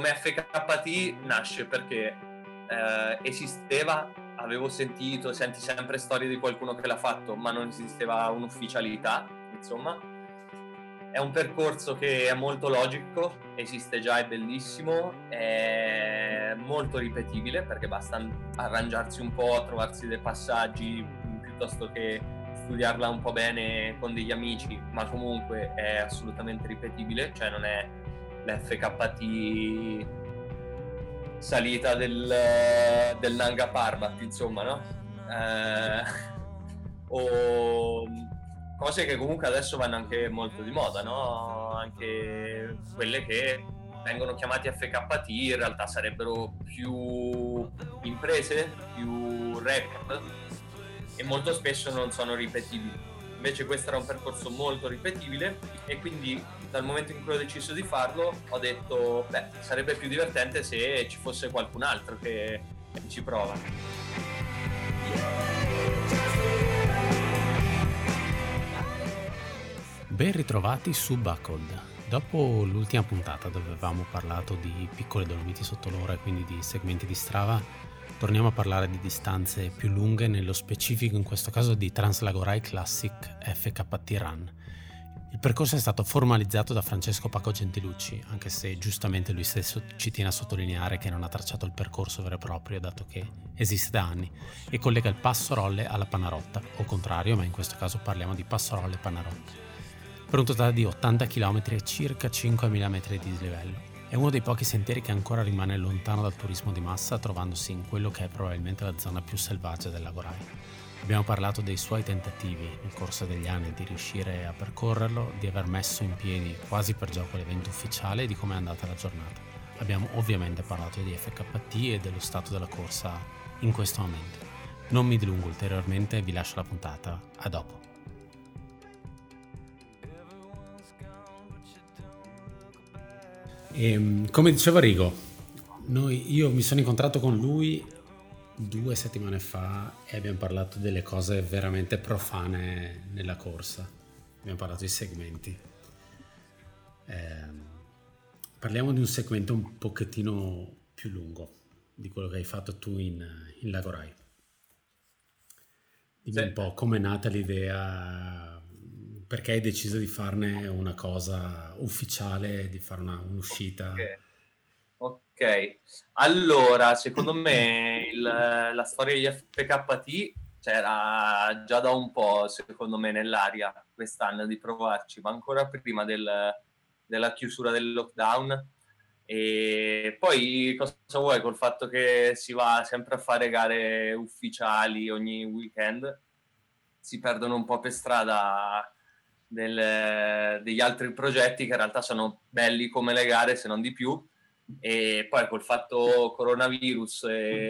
come FKT nasce perché esisteva, senti sempre storie di qualcuno che l'ha fatto, ma non esisteva un'ufficialità, insomma. È un percorso che è molto logico, esiste già, è bellissimo, è molto ripetibile perché basta arrangiarsi un po', trovarsi dei passaggi piuttosto che studiarla un po' bene con degli amici, ma comunque è assolutamente ripetibile, cioè non è l'FKT salita del Nanga Parbat, insomma, no? O cose che comunque adesso vanno anche molto di moda, no? Anche quelle che vengono chiamate FKT in realtà sarebbero più imprese, più record, e molto spesso non sono ripetibili. Invece questo era un percorso molto ripetibile, e quindi dal momento in cui ho deciso di farlo ho detto sarebbe più divertente se ci fosse qualcun altro che ci prova. Ben ritrovati su Buckled. Dopo l'ultima puntata dove avevamo parlato di piccole Dolomiti sotto l'ora e quindi di segmenti di Strava, torniamo a parlare di distanze più lunghe, nello specifico in questo caso di Translagorai Classic FKT Run. Il percorso è stato formalizzato da Francesco Paco Gentilucci, anche se giustamente lui stesso ci tiene a sottolineare che non ha tracciato il percorso vero e proprio, dato che esiste da anni, e collega il Passo Rolle alla Panarotta, o contrario, ma in questo caso parliamo di Passo Rolle Panarotta, per un totale di 80 km e circa 5.000 metri di dislivello. È uno dei pochi sentieri che ancora rimane lontano dal turismo di massa, trovandosi in quello che è probabilmente la zona più selvaggia del Lagorai. Abbiamo parlato dei suoi tentativi nel corso degli anni di riuscire a percorrerlo, di aver messo in piedi quasi per gioco l'evento ufficiale e di come è andata la giornata. Abbiamo ovviamente parlato di FKT e dello stato della corsa in questo momento. Non mi dilungo ulteriormente e vi lascio la puntata. A dopo. Come diceva Rigo, io mi sono incontrato con lui 2 settimane fa e abbiamo parlato delle cose veramente profane nella corsa. Abbiamo parlato di segmenti. Parliamo di un segmento un pochettino più lungo di quello che hai fatto tu in Lagorai. Dimmi un po' com'è nata l'idea, perché hai deciso di farne una cosa ufficiale, di fare un'uscita. Ok, allora secondo me la storia di FKT c'era già da un po', secondo me, nell'aria quest'anno di provarci, ma ancora prima della chiusura del lockdown. E poi cosa vuoi, col fatto che si va sempre a fare gare ufficiali ogni weekend, si perdono un po' per strada degli altri progetti che in realtà sono belli come le gare, se non di più. E poi col fatto coronavirus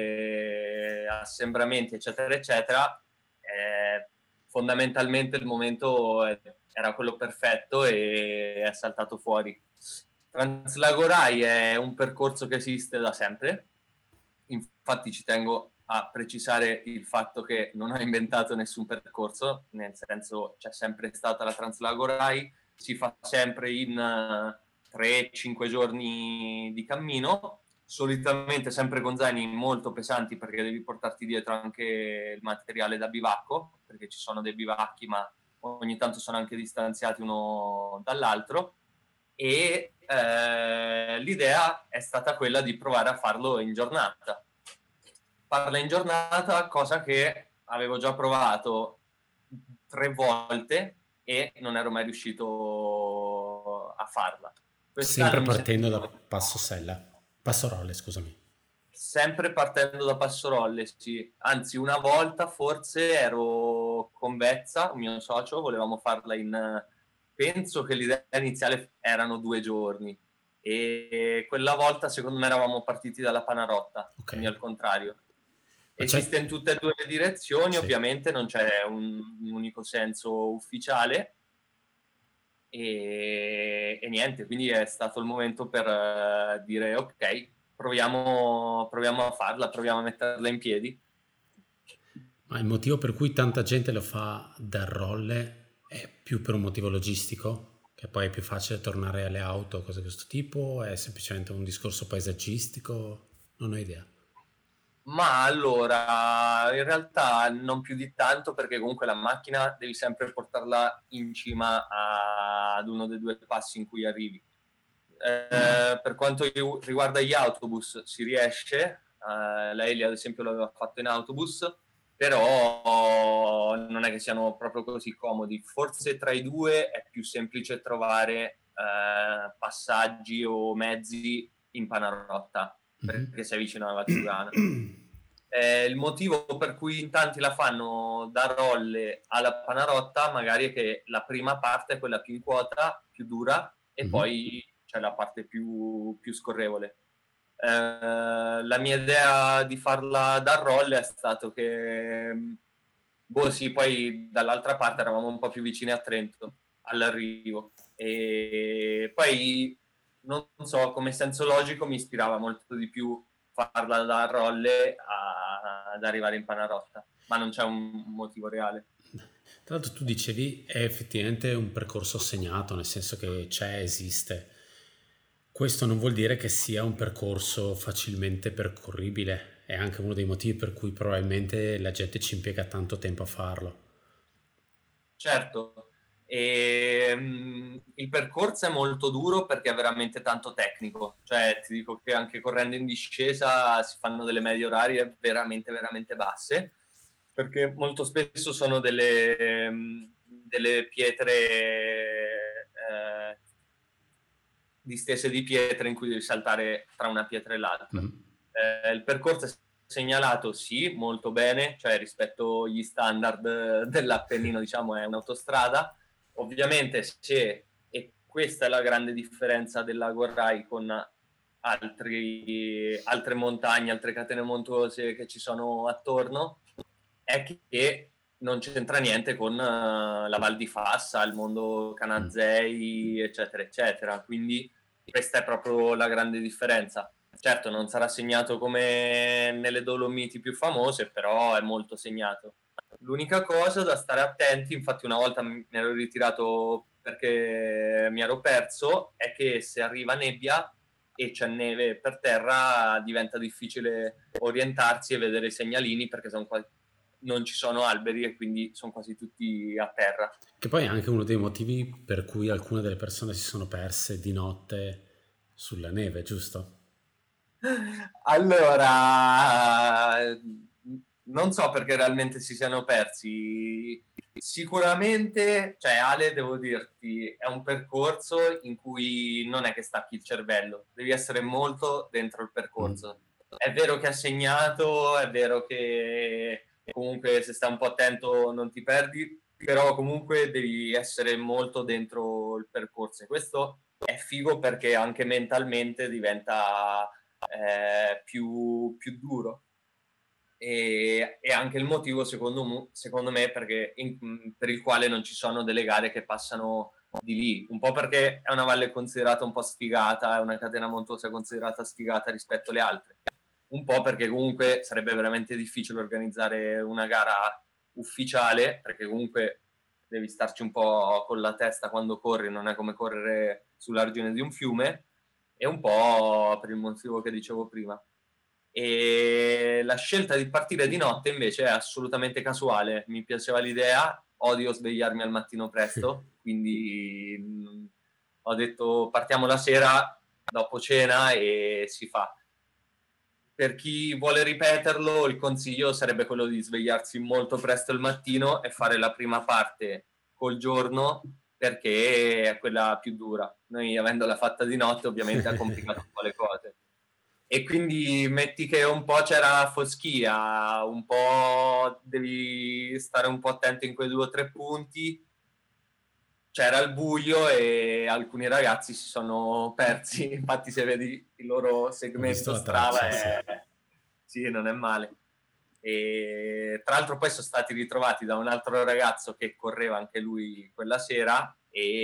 e assembramenti eccetera eccetera, fondamentalmente il momento era quello perfetto e è saltato fuori. Translagorai è un percorso che esiste da sempre, infatti ci tengo a precisare il fatto che non ho inventato nessun percorso, nel senso c'è sempre stata la Translagorai, si fa sempre in 3-5 giorni di cammino, solitamente sempre con zaini molto pesanti perché devi portarti dietro anche il materiale da bivacco, perché ci sono dei bivacchi ma ogni tanto sono anche distanziati uno dall'altro, e l'idea è stata quella di provare a farlo in giornata. Farla in giornata, cosa che avevo già provato 3 volte e non ero mai riuscito a farla. Sempre partendo da Passorolle, scusami. Sempre partendo da Passorolle, sì. Anzi, una volta forse ero con Vezza, un mio socio, volevamo farla penso che l'idea iniziale erano 2 giorni, e quella volta secondo me eravamo partiti dalla Panarotta, quindi al contrario. Esiste in tutte e 2 le direzioni, sì. Ovviamente non c'è un unico senso ufficiale, e niente, quindi è stato il momento per dire ok, proviamo a farla, proviamo a metterla in piedi. Ma il motivo per cui tanta gente lo fa dal rolle è più per un motivo logistico? Che poi è più facile tornare alle auto, cose di questo tipo? È semplicemente un discorso paesaggistico? Non ho idea. Ma allora, in realtà non più di tanto, perché comunque la macchina devi sempre portarla in cima ad uno dei due passi in cui arrivi. Per quanto riguarda gli autobus si riesce, lei ad esempio l'aveva fatto in autobus, però non è che siano proprio così comodi. Forse tra i due è più semplice trovare passaggi o mezzi in Panarotta, perché sei vicino alla Valsugana. Il motivo per cui in tanti la fanno da Rolle alla Panarotta magari è che la prima parte è quella più in quota, più dura, e poi c'è la parte più scorrevole. La mia idea di farla da Rolle è stato che sì, poi dall'altra parte eravamo un po' più vicini a Trento all'arrivo, e poi non so, come senso logico mi ispirava molto di più farla da Rolle ad arrivare in Panarotta, ma non c'è un motivo reale. Tra l'altro tu dicevi è effettivamente un percorso segnato, nel senso che esiste. Questo non vuol dire che sia un percorso facilmente percorribile, è anche uno dei motivi per cui probabilmente la gente ci impiega tanto tempo a farlo. Certo, il percorso è molto duro perché è veramente tanto tecnico, cioè ti dico che anche correndo in discesa si fanno delle medie orarie veramente veramente basse, perché molto spesso sono delle pietre, distese di pietre in cui devi saltare tra una pietra e l'altra. Il percorso è segnalato, sì, molto bene, cioè rispetto agli standard dell'Appennino, diciamo, è un'autostrada. Ovviamente se, e questa è la grande differenza del Lago Rai con altre montagne, altre catene montuose che ci sono attorno, è che non c'entra niente con la Val di Fassa, il mondo Canazei, eccetera, eccetera. Quindi questa è proprio la grande differenza. Certo, non sarà segnato come nelle Dolomiti più famose, però è molto segnato. L'unica cosa da stare attenti, infatti una volta mi ero ritirato perché mi ero perso, è che se arriva nebbia e c'è neve per terra diventa difficile orientarsi e vedere i segnalini, perché non ci sono alberi e quindi sono quasi tutti a terra. Che poi è anche uno dei motivi per cui alcune delle persone si sono perse di notte sulla neve, giusto? Allora, non so perché realmente si siano persi. Sicuramente, cioè Ale, devo dirti, è un percorso in cui non è che stacchi il cervello, devi essere molto dentro il percorso. È vero che è segnato, è vero che comunque se stai un po' attento non ti perdi, però comunque devi essere molto dentro il percorso. E questo è figo perché anche mentalmente diventa più duro, e anche il motivo secondo me per il quale non ci sono delle gare che passano di lì, un po' perché è una valle considerata un po' sfigata, è una catena montuosa considerata sfigata rispetto alle altre, un po' perché comunque sarebbe veramente difficile organizzare una gara ufficiale, perché comunque devi starci un po' con la testa quando corri, non è come correre sull'argine di un fiume, e un po' per il motivo che dicevo prima. E la scelta di partire di notte invece è assolutamente casuale, mi piaceva l'idea, odio svegliarmi al mattino presto, quindi ho detto partiamo la sera dopo cena e si fa. Per chi vuole ripeterlo, il consiglio sarebbe quello di svegliarsi molto presto il mattino e fare la prima parte col giorno, perché è quella più dura. Noi, avendola fatta di notte, ovviamente ha complicato un po' le cose. E quindi metti che un po' c'era foschia, un po' devi stare un po' attento in quei 2 o 3 punti, c'era il buio e alcuni ragazzi si sono persi. Infatti se vedi il loro Ho visto segmento la Strava traccia, sì. sì, non è male. E tra l'altro poi sono stati ritrovati da un altro ragazzo che correva anche lui quella sera,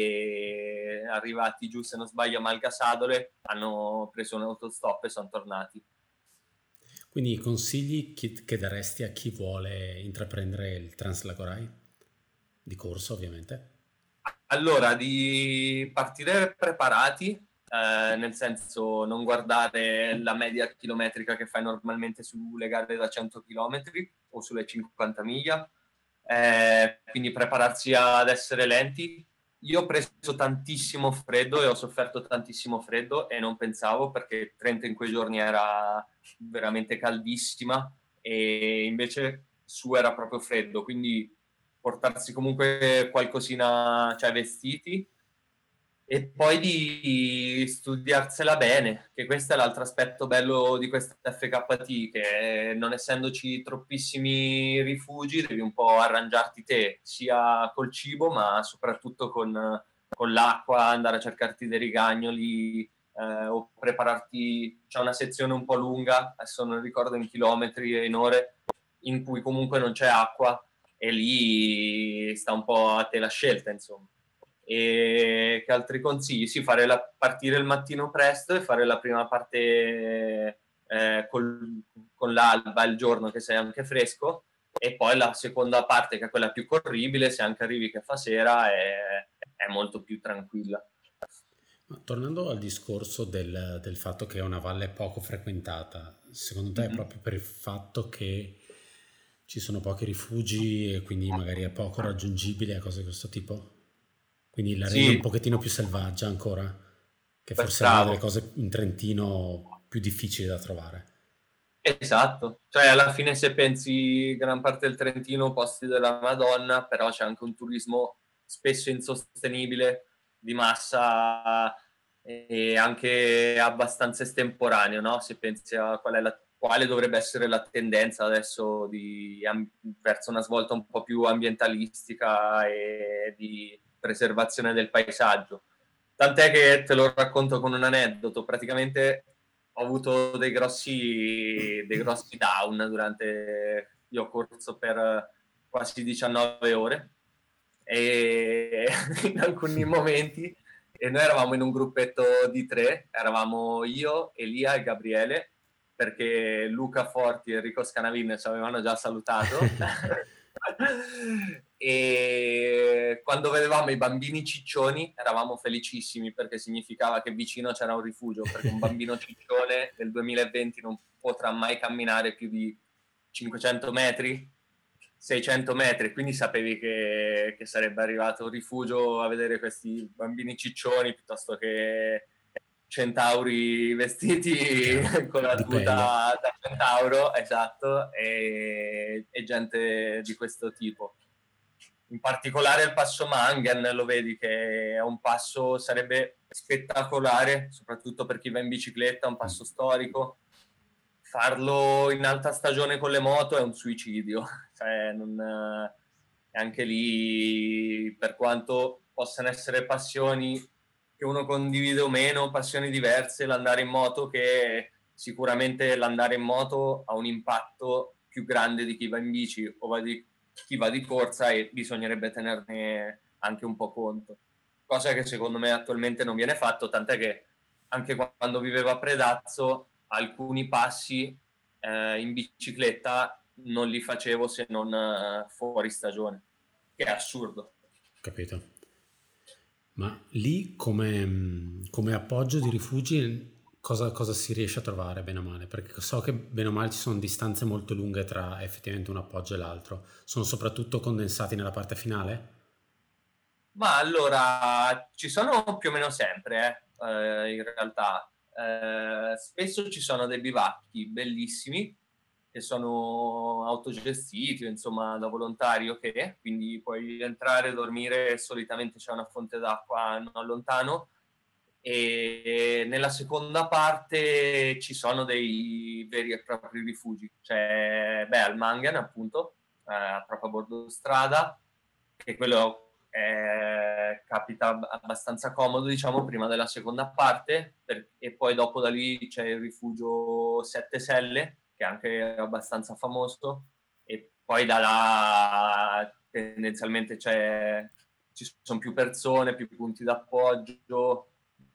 e arrivati giù, se non sbaglio, a Malgasadole, hanno preso un autostop e sono tornati. Quindi i consigli che daresti a chi vuole intraprendere il Translagorai? Di corsa, ovviamente. Allora, di partire preparati, nel senso non guardare la media chilometrica che fai normalmente sulle gare da 100 km o sulle 50 miglia, quindi prepararsi ad essere lenti. Io ho preso tantissimo freddo e ho sofferto tantissimo freddo e non pensavo, perché Trento in quei giorni era veramente caldissima e invece su era proprio freddo, quindi portarsi comunque qualcosina, cioè vestiti, e poi di studiarsela bene, che questo è l'altro aspetto bello di questa FKT, che non essendoci troppissimi rifugi devi un po' arrangiarti te, sia col cibo ma soprattutto con l'acqua, andare a cercarti dei rigagnoli, o prepararti. C'è una sezione un po' lunga, adesso non ricordo in chilometri e in ore, in cui comunque non c'è acqua, e lì sta un po' a te la scelta, insomma. E che altri consigli? Sì, partire il mattino presto e fare la prima parte con l'alba, il giorno che sei anche fresco, e poi la seconda parte, che è quella più corribile, se anche arrivi che fa sera, è molto più tranquilla. Ma tornando al discorso del fatto che è una valle poco frequentata, secondo te è proprio per il fatto che ci sono pochi rifugi e quindi magari è poco raggiungibile a cose di questo tipo? Quindi la rende un Sì, pochettino più selvaggia ancora, che forse è una delle bravo. cose in Trentino più difficili da trovare. Esatto, cioè alla fine se pensi gran parte del Trentino posti della Madonna, però c'è anche un turismo spesso insostenibile, di massa e anche abbastanza estemporaneo, no? Se pensi a quale dovrebbe essere la tendenza adesso verso una svolta un po' più ambientalistica e di preservazione del paesaggio. Tant'è che te lo racconto con un aneddoto, praticamente ho avuto dei grossi down durante. Io ho corso per quasi 19 ore e in alcuni momenti, e noi eravamo in un gruppetto di 3, eravamo io, Elia e Gabriele, perché Luca Forti e Enrico Scanavin ci avevano già salutato. E quando vedevamo i bambini ciccioni eravamo felicissimi, perché significava che vicino c'era un rifugio, perché un bambino ciccione nel 2020 non potrà mai camminare più di 500 metri, 600 metri, quindi sapevi che sarebbe arrivato un rifugio a vedere questi bambini ciccioni piuttosto che centauri vestiti Chiaro, con la di tuta pelle. da centauro, esatto, e gente di questo tipo. In particolare il passo Mangan, lo vedi che è un passo, sarebbe spettacolare, soprattutto per chi va in bicicletta, un passo storico. Farlo in alta stagione con le moto è un suicidio, cioè anche lì, per quanto possano essere passioni che uno condivide o meno, passioni diverse, l'andare in moto, che sicuramente l'andare in moto ha un impatto più grande di chi va in bici o chi va di corsa, e bisognerebbe tenerne anche un po' conto, cosa che secondo me attualmente non viene fatto, tant'è che anche quando vivevo a Predazzo alcuni passi in bicicletta non li facevo se non fuori stagione, che è assurdo. Capito? Ma lì come appoggio di rifugi cosa si riesce a trovare bene o male? Perché so che bene o male ci sono distanze molto lunghe tra effettivamente un appoggio e l'altro. Sono soprattutto condensati nella parte finale? Ma allora, ci sono più o meno sempre, in realtà. Spesso ci sono dei bivacchi bellissimi che sono autogestiti, insomma, da volontario, quindi puoi entrare, dormire, e solitamente c'è una fonte d'acqua non lontano. E nella seconda parte ci sono dei veri e propri rifugi. C'è al Mangan, appunto, proprio a bordo strada, che quello capita abbastanza comodo, diciamo, prima della seconda parte, e poi dopo da lì c'è il rifugio Sette Selle, che è anche abbastanza famoso, e poi da là tendenzialmente ci sono più persone, più punti d'appoggio.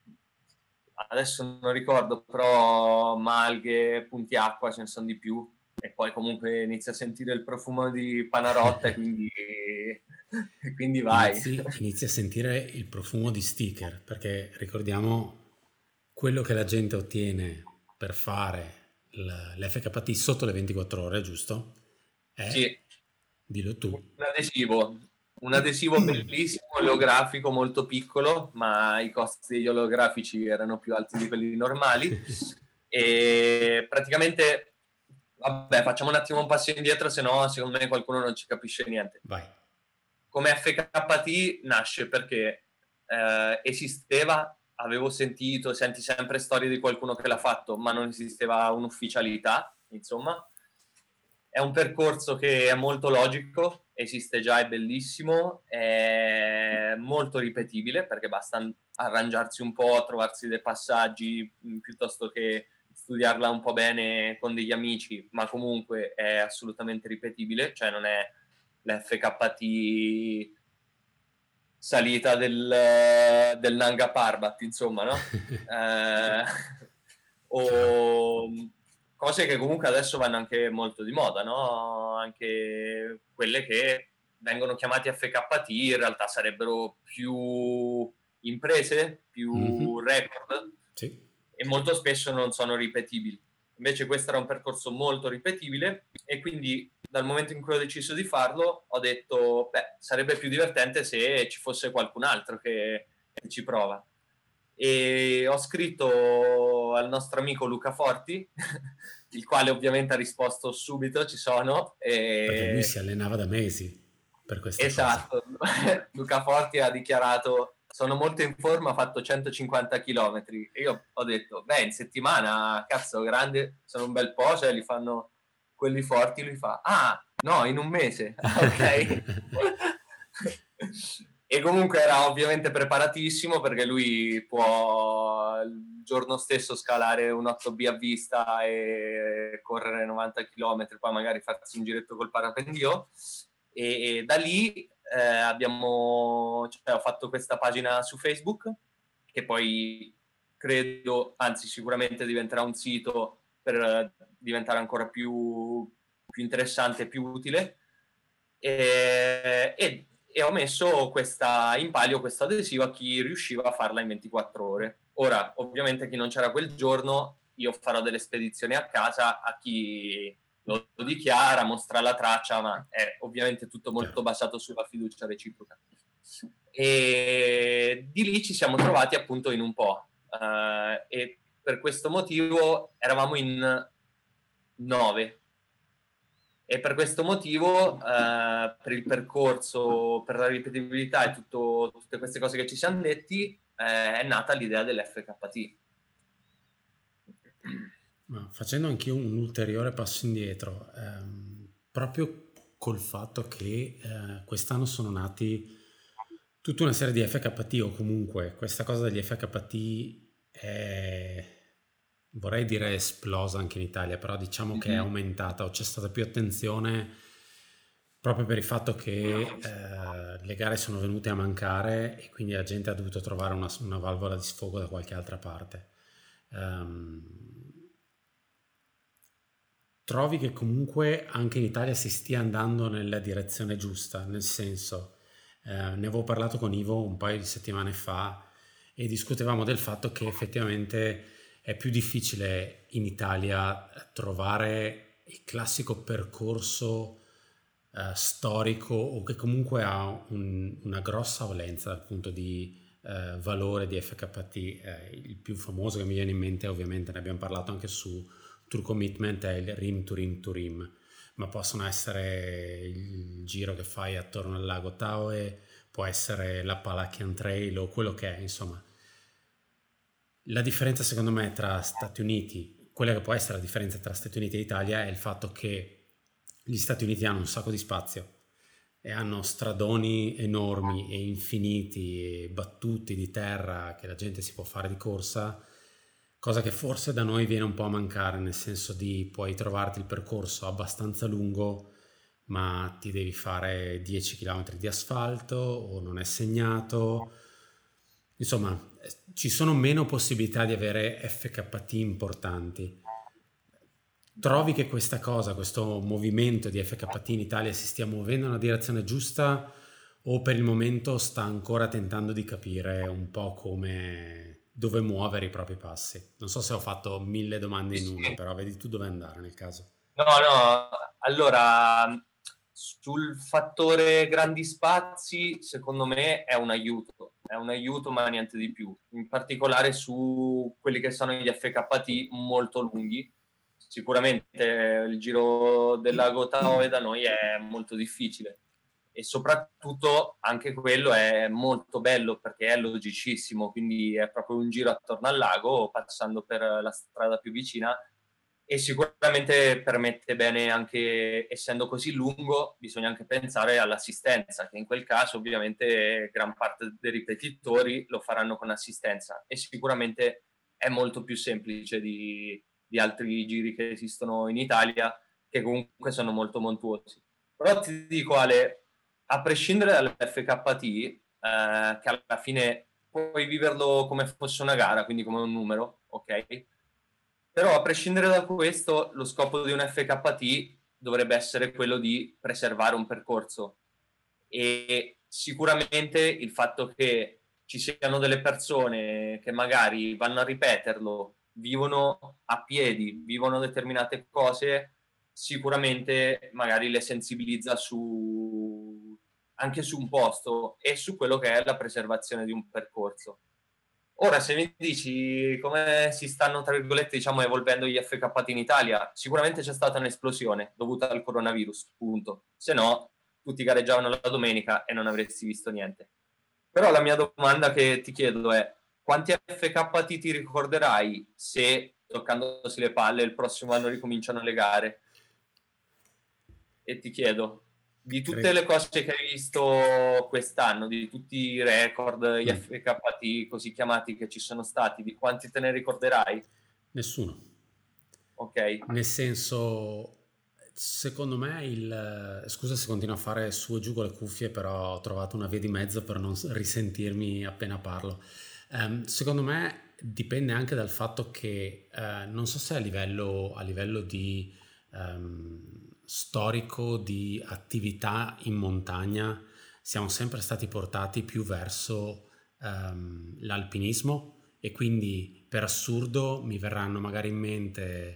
Adesso non ricordo, però malghe, punti acqua ce ne sono di più, e poi comunque inizia a sentire il profumo di Panarotta e quindi Quindi vai. Inizi a sentire il profumo di sticker, perché ricordiamo quello che la gente ottiene per fare l'FKT sotto le 24 ore, giusto? È, Sì, dillo tu. un adesivo bellissimo, olografico, molto piccolo, ma i costi degli olografici erano più alti di quelli normali. E praticamente, vabbè, facciamo un attimo un passo indietro, se no secondo me qualcuno non ci capisce niente. Vai. Come FKT nasce perché esisteva, avevo sentito, senti sempre storie di qualcuno che l'ha fatto, ma non esisteva un'ufficialità, insomma. È un percorso che è molto logico, esiste già, è bellissimo, è molto ripetibile perché basta arrangiarsi un po', trovarsi dei passaggi piuttosto che studiarla un po' bene con degli amici, ma comunque è assolutamente ripetibile, cioè non è l'FKT salita del Nanga Parbat, insomma, no? O cose che comunque adesso vanno anche molto di moda, no? Anche quelle che vengono chiamate FKT in realtà sarebbero più imprese, più record, Sì. e molto spesso non sono ripetibili. Invece questo era un percorso molto ripetibile e quindi dal momento in cui ho deciso di farlo ho detto, beh, sarebbe più divertente se ci fosse qualcun altro che ci prova. E ho scritto al nostro amico Luca Forti, il quale ovviamente ha risposto subito, ci sono. Perché lui si allenava da mesi per questa cosa. Esatto, Luca Forti ha dichiarato sono molto in forma, ha fatto 150 km. E io ho detto, beh, in settimana, cazzo, grande, sono un bel po', cioè li fanno quelli forti. Lui fa, ah, no, in un mese. Ok. E comunque era ovviamente preparatissimo perché lui può il giorno stesso scalare un 8B a vista e correre 90 km, poi magari farsi un giretto col parapendio. E da lì ho fatto questa pagina su Facebook che poi credo, anzi sicuramente diventerà un sito per diventare ancora più interessante e più utile. E ho messo in palio questo adesivo a chi riusciva a farla in 24 ore. Ora, ovviamente chi non c'era quel giorno, io farò delle spedizioni a casa a chi lo dichiara, mostra la traccia, ma è ovviamente tutto molto basato sulla fiducia reciproca. E di lì ci siamo trovati appunto in un po'. E per questo motivo eravamo in 9. E per questo motivo, per il percorso, per la ripetibilità e tutte queste cose che ci siamo detti, è nata l'idea dell'FKT. Ma facendo anch'io un ulteriore passo indietro, proprio col fatto che quest'anno sono nati tutta una serie di FKT, o comunque questa cosa degli FKT è, vorrei dire esplosa anche in Italia, però diciamo che è aumentata o c'è stata più attenzione proprio per il fatto che le gare sono venute a mancare e quindi la gente ha dovuto trovare una valvola di sfogo da qualche altra parte. Trovi che comunque anche in Italia si stia andando nella direzione giusta, nel senso, ne avevo parlato con Ivo un paio di settimane fa e discutevamo del fatto che effettivamente è più difficile in Italia trovare il classico percorso storico o che comunque ha una grossa valenza dal punto di valore di FKT. Il più famoso che mi viene in mente, ovviamente ne abbiamo parlato anche su True Commitment, è il Rim to Rim to Rim, ma possono essere il giro che fai attorno al lago Tahoe, può essere l'Appalachian Trail o quello che è, insomma. La differenza secondo me tra Stati Uniti, quella che può essere la differenza tra Stati Uniti e Italia, è il fatto che gli Stati Uniti hanno un sacco di spazio e hanno stradoni enormi e infiniti e battuti di terra che la gente si può fare di corsa, cosa che forse da noi viene un po' a mancare, nel senso di puoi trovarti il percorso abbastanza lungo ma ti devi fare 10 km di asfalto o non è segnato, insomma ci sono meno possibilità di avere FKT importanti. Trovi che questa cosa, questo movimento di FKT in Italia si stia muovendo nella direzione giusta o per il momento sta ancora tentando di capire un po' dove muovere i propri passi? Non so se ho fatto 1000 domande Sì, in una, sì. però vedi tu dove andare nel caso. No, no, allora sul fattore grandi spazi, secondo me è un aiuto ma niente di più, in particolare su quelli che sono gli FKT molto lunghi. Sicuramente il giro del lago Tahoe da noi è molto difficile e soprattutto anche quello è molto bello perché è logicissimo, quindi è proprio un giro attorno al lago passando per la strada più vicina e sicuramente permette bene anche, essendo così lungo, bisogna anche pensare all'assistenza, che in quel caso ovviamente gran parte dei ripetitori lo faranno con assistenza e sicuramente è molto più semplice di altri giri che esistono in Italia, che comunque sono molto montuosi. Però ti dico Ale, a prescindere dall'FKT, che alla fine puoi viverlo come fosse una gara, quindi come un numero, ok? Però a prescindere da questo, lo scopo di un FKT dovrebbe essere quello di preservare un percorso e sicuramente il fatto che ci siano delle persone che magari vanno a ripeterlo, vivono a piedi, vivono determinate cose, sicuramente magari le sensibilizza anche su un posto e su quello che è la preservazione di un percorso. Ora, se mi dici come si stanno, tra virgolette, diciamo, evolvendo gli FKT in Italia, sicuramente c'è stata un'esplosione dovuta al coronavirus, punto. Se no, tutti gareggiavano la domenica e non avresti visto niente. Però la mia domanda che ti chiedo è, quanti FKT ti ricorderai se, toccandosi le palle, il prossimo anno ricominciano le gare? E ti chiedo, di tutte Cre- le cose che hai visto quest'anno, di tutti i record, gli Mm, FKT così chiamati che ci sono stati, di quanti te ne ricorderai? nessuno. Ok, Nel senso, secondo me scusa se continuo a fare su e giù con le cuffie, però ho trovato una via di mezzo per non risentirmi appena parlo. Secondo me dipende anche dal fatto che non so se a livello di storico di attività in montagna siamo sempre stati portati più verso l'alpinismo e quindi per assurdo mi verranno magari in mente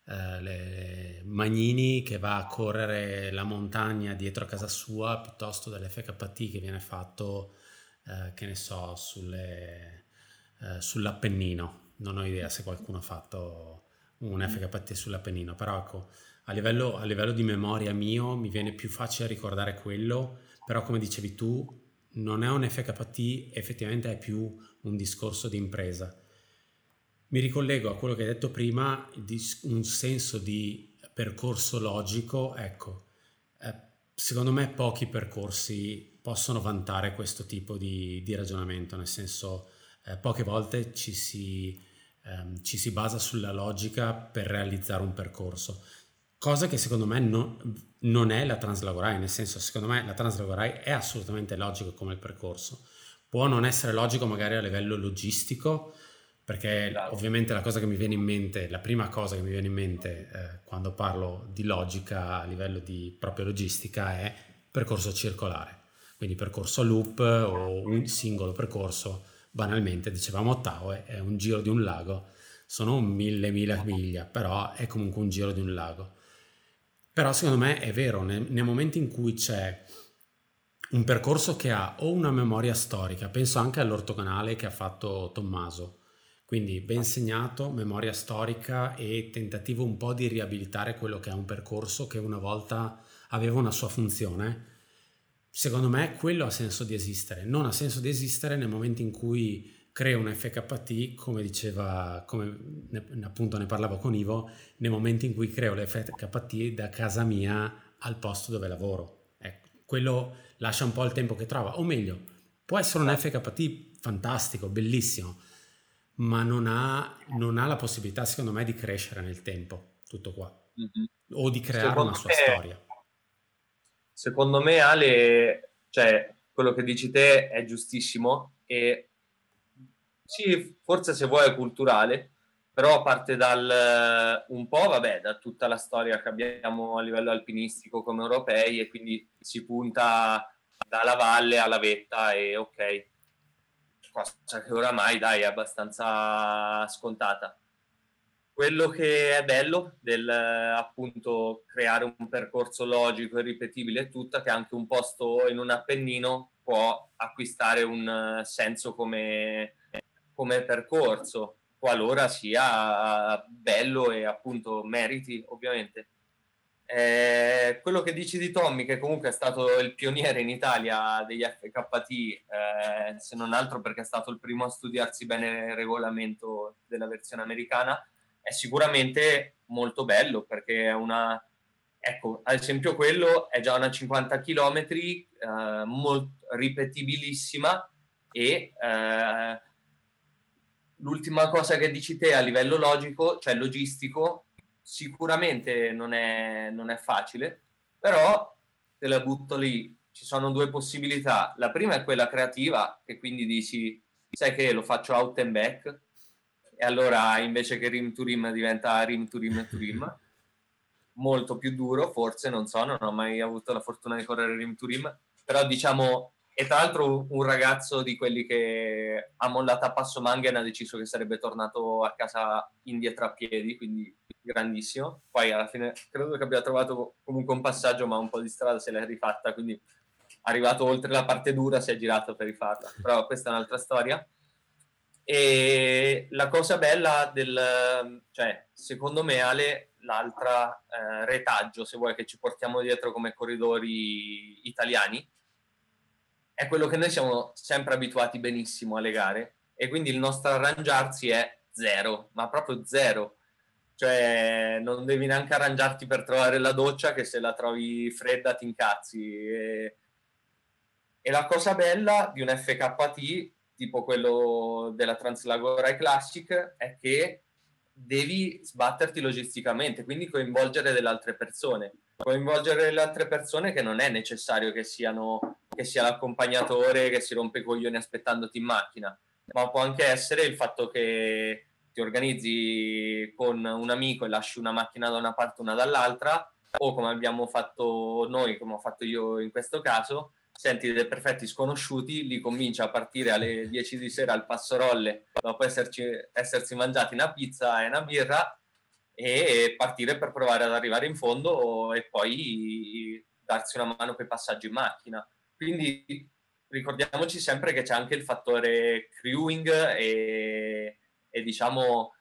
Magnini che va a correre la montagna dietro a casa sua piuttosto dell'FKT che viene fatto, che ne so, sull'Appennino. Non ho idea se qualcuno ha fatto un FKT sull'Appennino, però ecco, a livello di memoria mio mi viene più facile ricordare quello, però come dicevi tu, non è un FKT, effettivamente è più un discorso di impresa. Mi ricollego a quello che hai detto prima, un senso di percorso logico, ecco, eh, secondo me pochi percorsi possono vantare questo tipo di ragionamento, nel senso, poche volte ci si basa sulla logica per realizzare un percorso, cosa che secondo me non è la Translagorai, nel senso, secondo me la Translagorai è assolutamente logico come il percorso, può non essere logico magari a livello logistico, perché chiaro. ovviamente la prima cosa che mi viene in mente quando parlo di logica a livello di propria logistica è percorso circolare, quindi percorso a loop o un singolo percorso, banalmente dicevamo Ottawa è un giro di un lago, sono 1000 miglia, però è comunque un giro di un lago. Però secondo me è vero, nei momenti in cui c'è un percorso che ha o una memoria storica, penso anche all'ortogonale che ha fatto Tommaso, quindi ben segnato, memoria storica e tentativo un po' di riabilitare quello che è un percorso che una volta aveva una sua funzione. Secondo me quello ha senso di esistere, non ha senso di esistere nel momento in cui creo un FKT, come diceva, appunto ne parlavo con Ivo, nel momento in cui creo l'FKT da casa mia al posto dove lavoro. Ecco, quello lascia un po' il tempo che trova, o meglio, può essere un Esatto. FKT fantastico, bellissimo, ma non ha la possibilità, secondo me, di crescere nel tempo, tutto qua, Mhm. o di creare Secondo una sua me, storia. secondo me, Ale, cioè, quello che dici te è giustissimo e sì, forse se vuoi è culturale, però parte dal un po', vabbè, da tutta la storia che abbiamo a livello alpinistico come europei e quindi si punta dalla valle alla vetta e ok, cosa che oramai dai è abbastanza scontata. Quello che è bello del appunto creare un percorso logico e ripetibile è tutto, che anche un posto in un Appennino può acquistare un senso come percorso, qualora sia bello e appunto meriti, ovviamente. Quello che dici di Tommy, che comunque è stato il pioniere in Italia degli FKT, se non altro perché è stato il primo a studiarsi bene il regolamento della versione americana, è sicuramente molto bello, perché è una... Ecco, ad esempio quello è già una 50 km, ripetibilissima, e l'ultima cosa che dici te a livello logico, cioè logistico, sicuramente non è facile, però te la butto lì. Ci sono due possibilità. La prima è quella creativa, che quindi dici, sai che lo faccio out and back, e allora invece che rim to rim diventa rim to rim to rim. Molto più duro, forse, non so, non ho mai avuto la fortuna di correre rim to rim, però diciamo, e tra l'altro un ragazzo di quelli che ha mollato a passo Mangen ha deciso che sarebbe tornato a casa indietro a piedi, quindi grandissimo. Poi alla fine credo che abbia trovato comunque un passaggio, ma un po' di strada se l'è rifatta, quindi arrivato oltre la parte dura si è girato per rifarla, però questa è un'altra storia. E la cosa bella cioè, secondo me, Ale, l'altra retaggio, se vuoi, che ci portiamo dietro come corridori italiani, è quello che noi siamo sempre abituati benissimo alle gare, e quindi il nostro arrangiarsi è zero, ma proprio zero. Cioè, non devi neanche arrangiarti per trovare la doccia, che se la trovi fredda ti incazzi. E la cosa bella di un FKT, tipo quello della Translagorai Classic, è che devi sbatterti logisticamente, quindi coinvolgere delle altre persone. Coinvolgere le altre persone, che non è necessario che sia l'accompagnatore che si rompe i coglioni aspettandoti in macchina, ma può anche essere il fatto che ti organizzi con un amico e lasci una macchina da una parte e una dall'altra, o come abbiamo fatto noi, come ho fatto io in questo caso, senti dei perfetti sconosciuti, li convinci a partire alle 10 di sera al Passorolle, dopo essersi mangiati una pizza e una birra, e partire per provare ad arrivare in fondo e poi darsi una mano per i passaggi in macchina. Quindi ricordiamoci sempre che c'è anche il fattore crewing e diciamo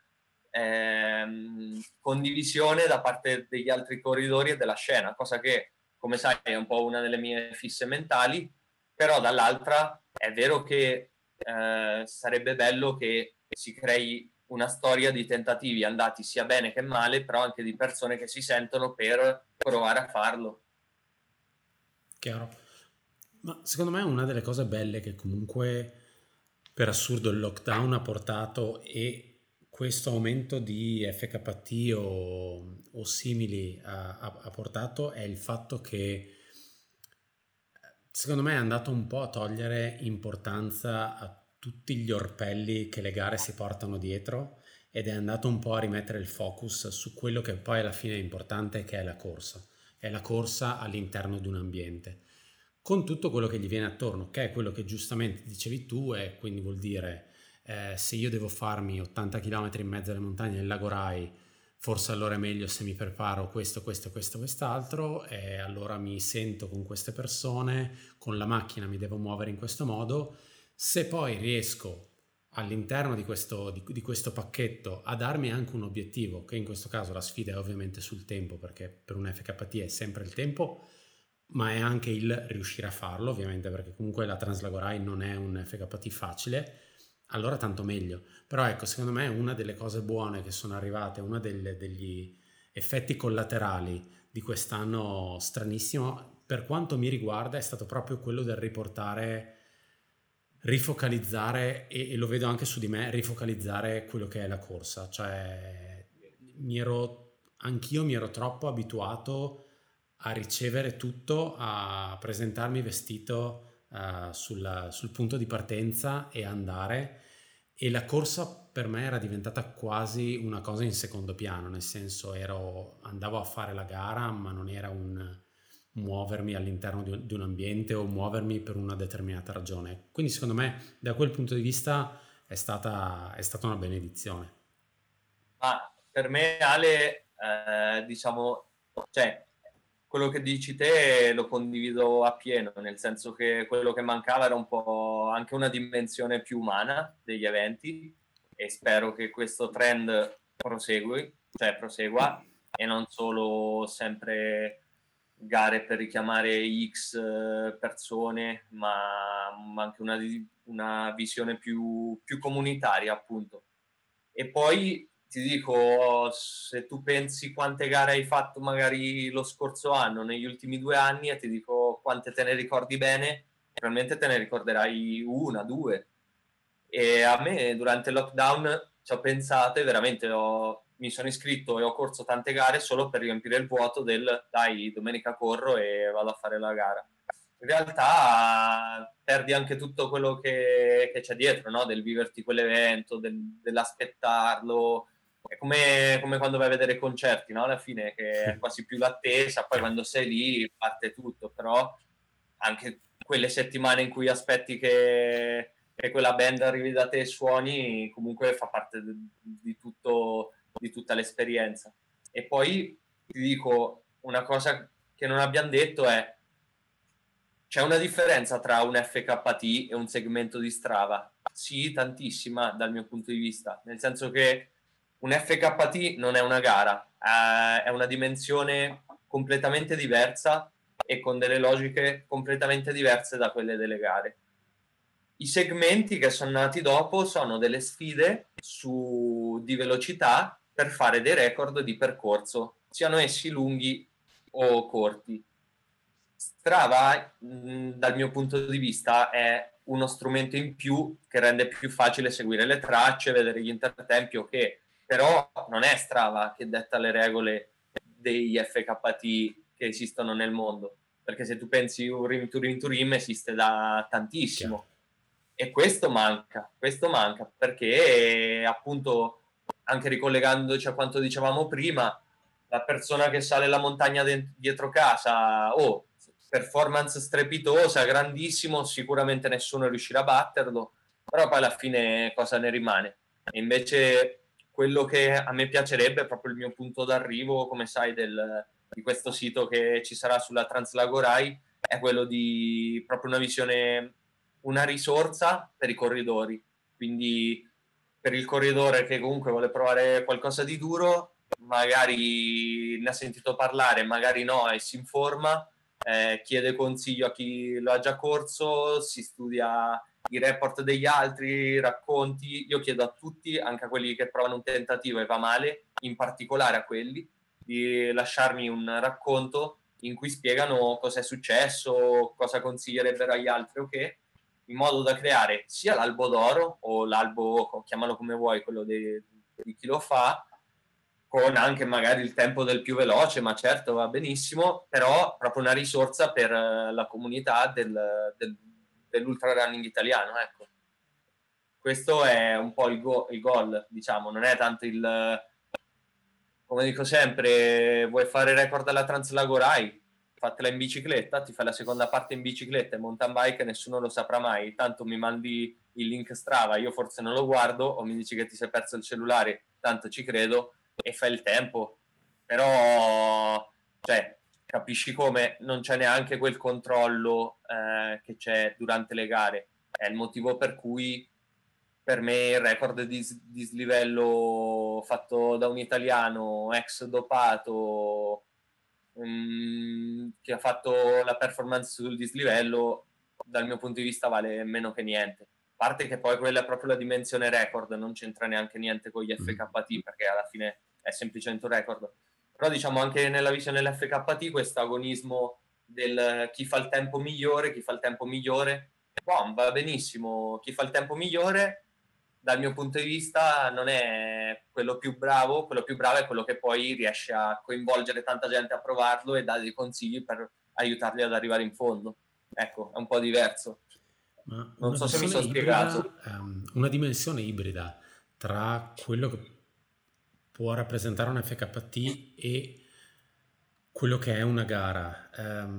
condivisione da parte degli altri corridori e della scena, cosa che, come sai, è un po' una delle mie fisse mentali, però dall'altra è vero che sarebbe bello che si crei una storia di tentativi andati sia bene che male, però anche di persone che si sentono per provare a farlo. Chiaro. Ma secondo me una delle cose belle che comunque per assurdo il lockdown ha portato, e questo aumento di FKT o simili ha portato, è il fatto che secondo me è andato un po' a togliere importanza a tutti gli orpelli che le gare si portano dietro, ed è andato un po' a rimettere il focus su quello che poi alla fine è importante, che è la corsa. È la corsa all'interno di un ambiente, con tutto quello che gli viene attorno, che è quello che giustamente dicevi tu, e quindi vuol dire se io devo farmi 80 km in mezzo alle montagne del Lago Rai, forse allora è meglio se mi preparo questo, quest'altro, e allora mi sento con queste persone, con la macchina mi devo muovere in questo modo. Se poi riesco all'interno di questo pacchetto a darmi anche un obiettivo, che in questo caso la sfida è ovviamente sul tempo, perché per un FKT è sempre il tempo, ma è anche il riuscire a farlo, ovviamente, perché comunque la Translagorai non è un FKT facile, allora tanto meglio. Però ecco, secondo me una delle cose buone che sono arrivate, uno degli effetti collaterali di quest'anno stranissimo, per quanto mi riguarda, è stato proprio quello del rifocalizzare, e lo vedo anche su di me, rifocalizzare quello che è la corsa. Cioè anch'io mi ero troppo abituato a ricevere tutto, a presentarmi vestito sul punto di partenza e andare, e la corsa per me era diventata quasi una cosa in secondo piano, nel senso andavo a fare la gara, ma non era un muovermi all'interno di un ambiente o muovermi per una determinata ragione. Quindi secondo me da quel punto di vista è stata una benedizione. Ma per me, Ale, diciamo, cioè, quello che dici te lo condivido appieno, nel senso che quello che mancava era un po' anche una dimensione più umana degli eventi, e spero che questo trend prosegua e non solo sempre gare per richiamare X persone, ma anche una visione più comunitaria, appunto. E poi ti dico, se tu pensi quante gare hai fatto magari lo scorso anno, negli ultimi 2 anni, e ti dico quante te ne ricordi bene, probabilmente te ne ricorderai una, due. E a me durante il lockdown ci ho pensato e veramente mi sono iscritto e ho corso tante gare solo per riempire il vuoto del dai, domenica corro e vado a fare la gara. In realtà perdi anche tutto quello che c'è dietro, no? Del viverti quell'evento, dell'aspettarlo. È come quando vai a vedere concerti, no? Alla fine, che è quasi più l'attesa, poi quando sei lì parte tutto, però anche quelle settimane in cui aspetti che quella band arrivi da te e suoni, comunque fa parte di tutto, di tutta l'esperienza. E poi ti dico una cosa che non abbiamo detto è: c'è una differenza tra un FKT e un segmento di Strava? Sì, tantissima dal mio punto di vista, nel senso che un FKT non è una gara, è una dimensione completamente diversa e con delle logiche completamente diverse da quelle delle gare. I segmenti che sono nati dopo sono delle sfide di velocità per fare dei record di percorso, siano essi lunghi o corti. Strava, dal mio punto di vista, è uno strumento in più che rende più facile seguire le tracce, vedere gli intertempi, ok, però non è Strava che detta le regole degli FKT che esistono nel mondo, perché se tu pensi un rim to rim to rim esiste da tantissimo. E questo manca perché appunto, anche ricollegandoci a quanto dicevamo prima, la persona che sale la montagna dietro casa, performance strepitosa, grandissimo, sicuramente nessuno riuscirà a batterlo, però poi alla fine cosa ne rimane? E invece quello che a me piacerebbe, proprio il mio punto d'arrivo, come sai, di questo sito che ci sarà sulla Translagorai, è quello di proprio una visione, una risorsa per i corridori. Quindi per il corridore che comunque vuole provare qualcosa di duro, magari ne ha sentito parlare, magari no, e si informa, chiede consiglio a chi lo ha già corso, si studia i report degli altri, racconti. Io chiedo a tutti, anche a quelli che provano un tentativo e va male, in particolare a quelli, di lasciarmi un racconto in cui spiegano cosa è successo, cosa consiglierebbero agli altri, ok? In modo da creare sia l'albo d'oro o l'albo, chiamalo come vuoi, quello di chi lo fa, con anche magari il tempo del più veloce, ma certo va benissimo, però proprio una risorsa per la comunità dell'ultra running italiano, ecco. Questo è un po' il goal, diciamo, non è tanto come dico sempre, vuoi fare record alla Translagorai, fatela in bicicletta, ti fai la seconda parte in bicicletta e mountain bike, nessuno lo saprà mai, tanto mi mandi il link Strava, io forse non lo guardo, o mi dici che ti sei perso il cellulare, tanto ci credo, e fai il tempo. Però, cioè, capisci come non c'è neanche quel controllo che c'è durante le gare. È il motivo per cui per me il record di dislivello fatto da un italiano ex dopato, che ha fatto la performance sul dislivello, dal mio punto di vista vale meno che niente. A parte che poi quella è proprio la dimensione record, non c'entra neanche niente con gli FKT, perché alla fine è semplicemente un record. Però diciamo anche nella visione dell'FKT questo agonismo del chi fa il tempo migliore, va benissimo, chi fa il tempo migliore dal mio punto di vista non è quello più bravo è quello che poi riesce a coinvolgere tanta gente a provarlo e dare dei consigli per aiutarli ad arrivare in fondo. Ecco, è un po' diverso. Ma non so se mi sono spiegato. Una dimensione ibrida tra quello che può rappresentare un FKT e quello che è una gara.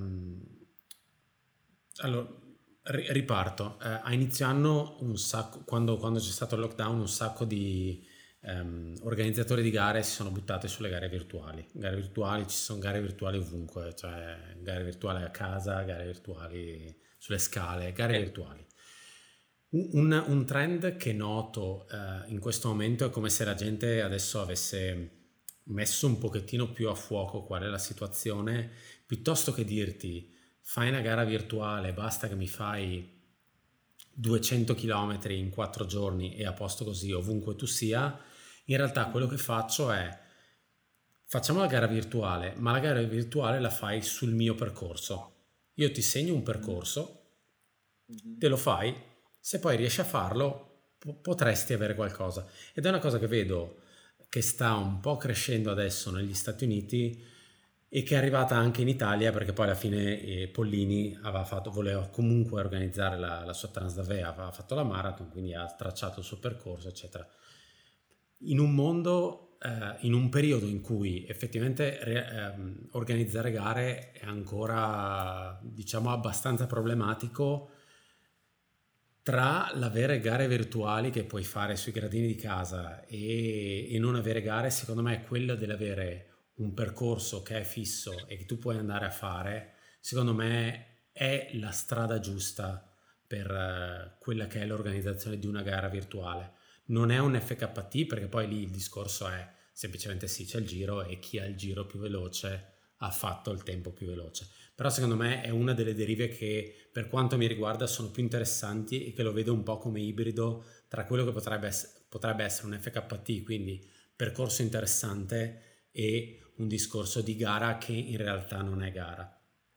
Allora, riparto. A inizio anno, quando c'è stato il lockdown, un sacco di organizzatori di gare si sono buttati sulle gare virtuali. Gare virtuali, ci sono gare virtuali ovunque, cioè gare virtuali a casa, gare virtuali sulle scale, gare Sì. virtuali. Un trend che noto in questo momento è come se la gente adesso avesse messo un pochettino più a fuoco qual è la situazione, piuttosto che dirti fai una gara virtuale, basta che mi fai 200 km in 4 giorni e a posto così ovunque tu sia, in realtà quello Mhm. che faccio è facciamo la gara virtuale, ma la gara virtuale la fai sul mio percorso. Io ti segno un Mhm. percorso, Mhm. te lo fai, se poi riesci a farlo potresti avere qualcosa. Ed è una cosa che vedo che sta un po' crescendo adesso negli Stati Uniti e che è arrivata anche in Italia perché poi alla fine Pollini voleva comunque organizzare la sua Transdavea, aveva fatto la marathon, quindi ha tracciato il suo percorso, eccetera. In un mondo, in un periodo in cui effettivamente organizzare gare è ancora, diciamo, abbastanza problematico, tra l'avere gare virtuali che puoi fare sui gradini di casa e non avere gare, secondo me quello dell'avere un percorso che è fisso e che tu puoi andare a fare, secondo me è la strada giusta per quella che è l'organizzazione di una gara virtuale. Non è un FKT perché poi lì il discorso è semplicemente sì, c'è il giro e chi ha il giro più veloce ha fatto il tempo più veloce. Però secondo me è una delle derive che per quanto mi riguarda sono più interessanti e che lo vedo un po' come ibrido tra quello che potrebbe essere un FKT, quindi percorso interessante, e un discorso di gara che in realtà non è gara.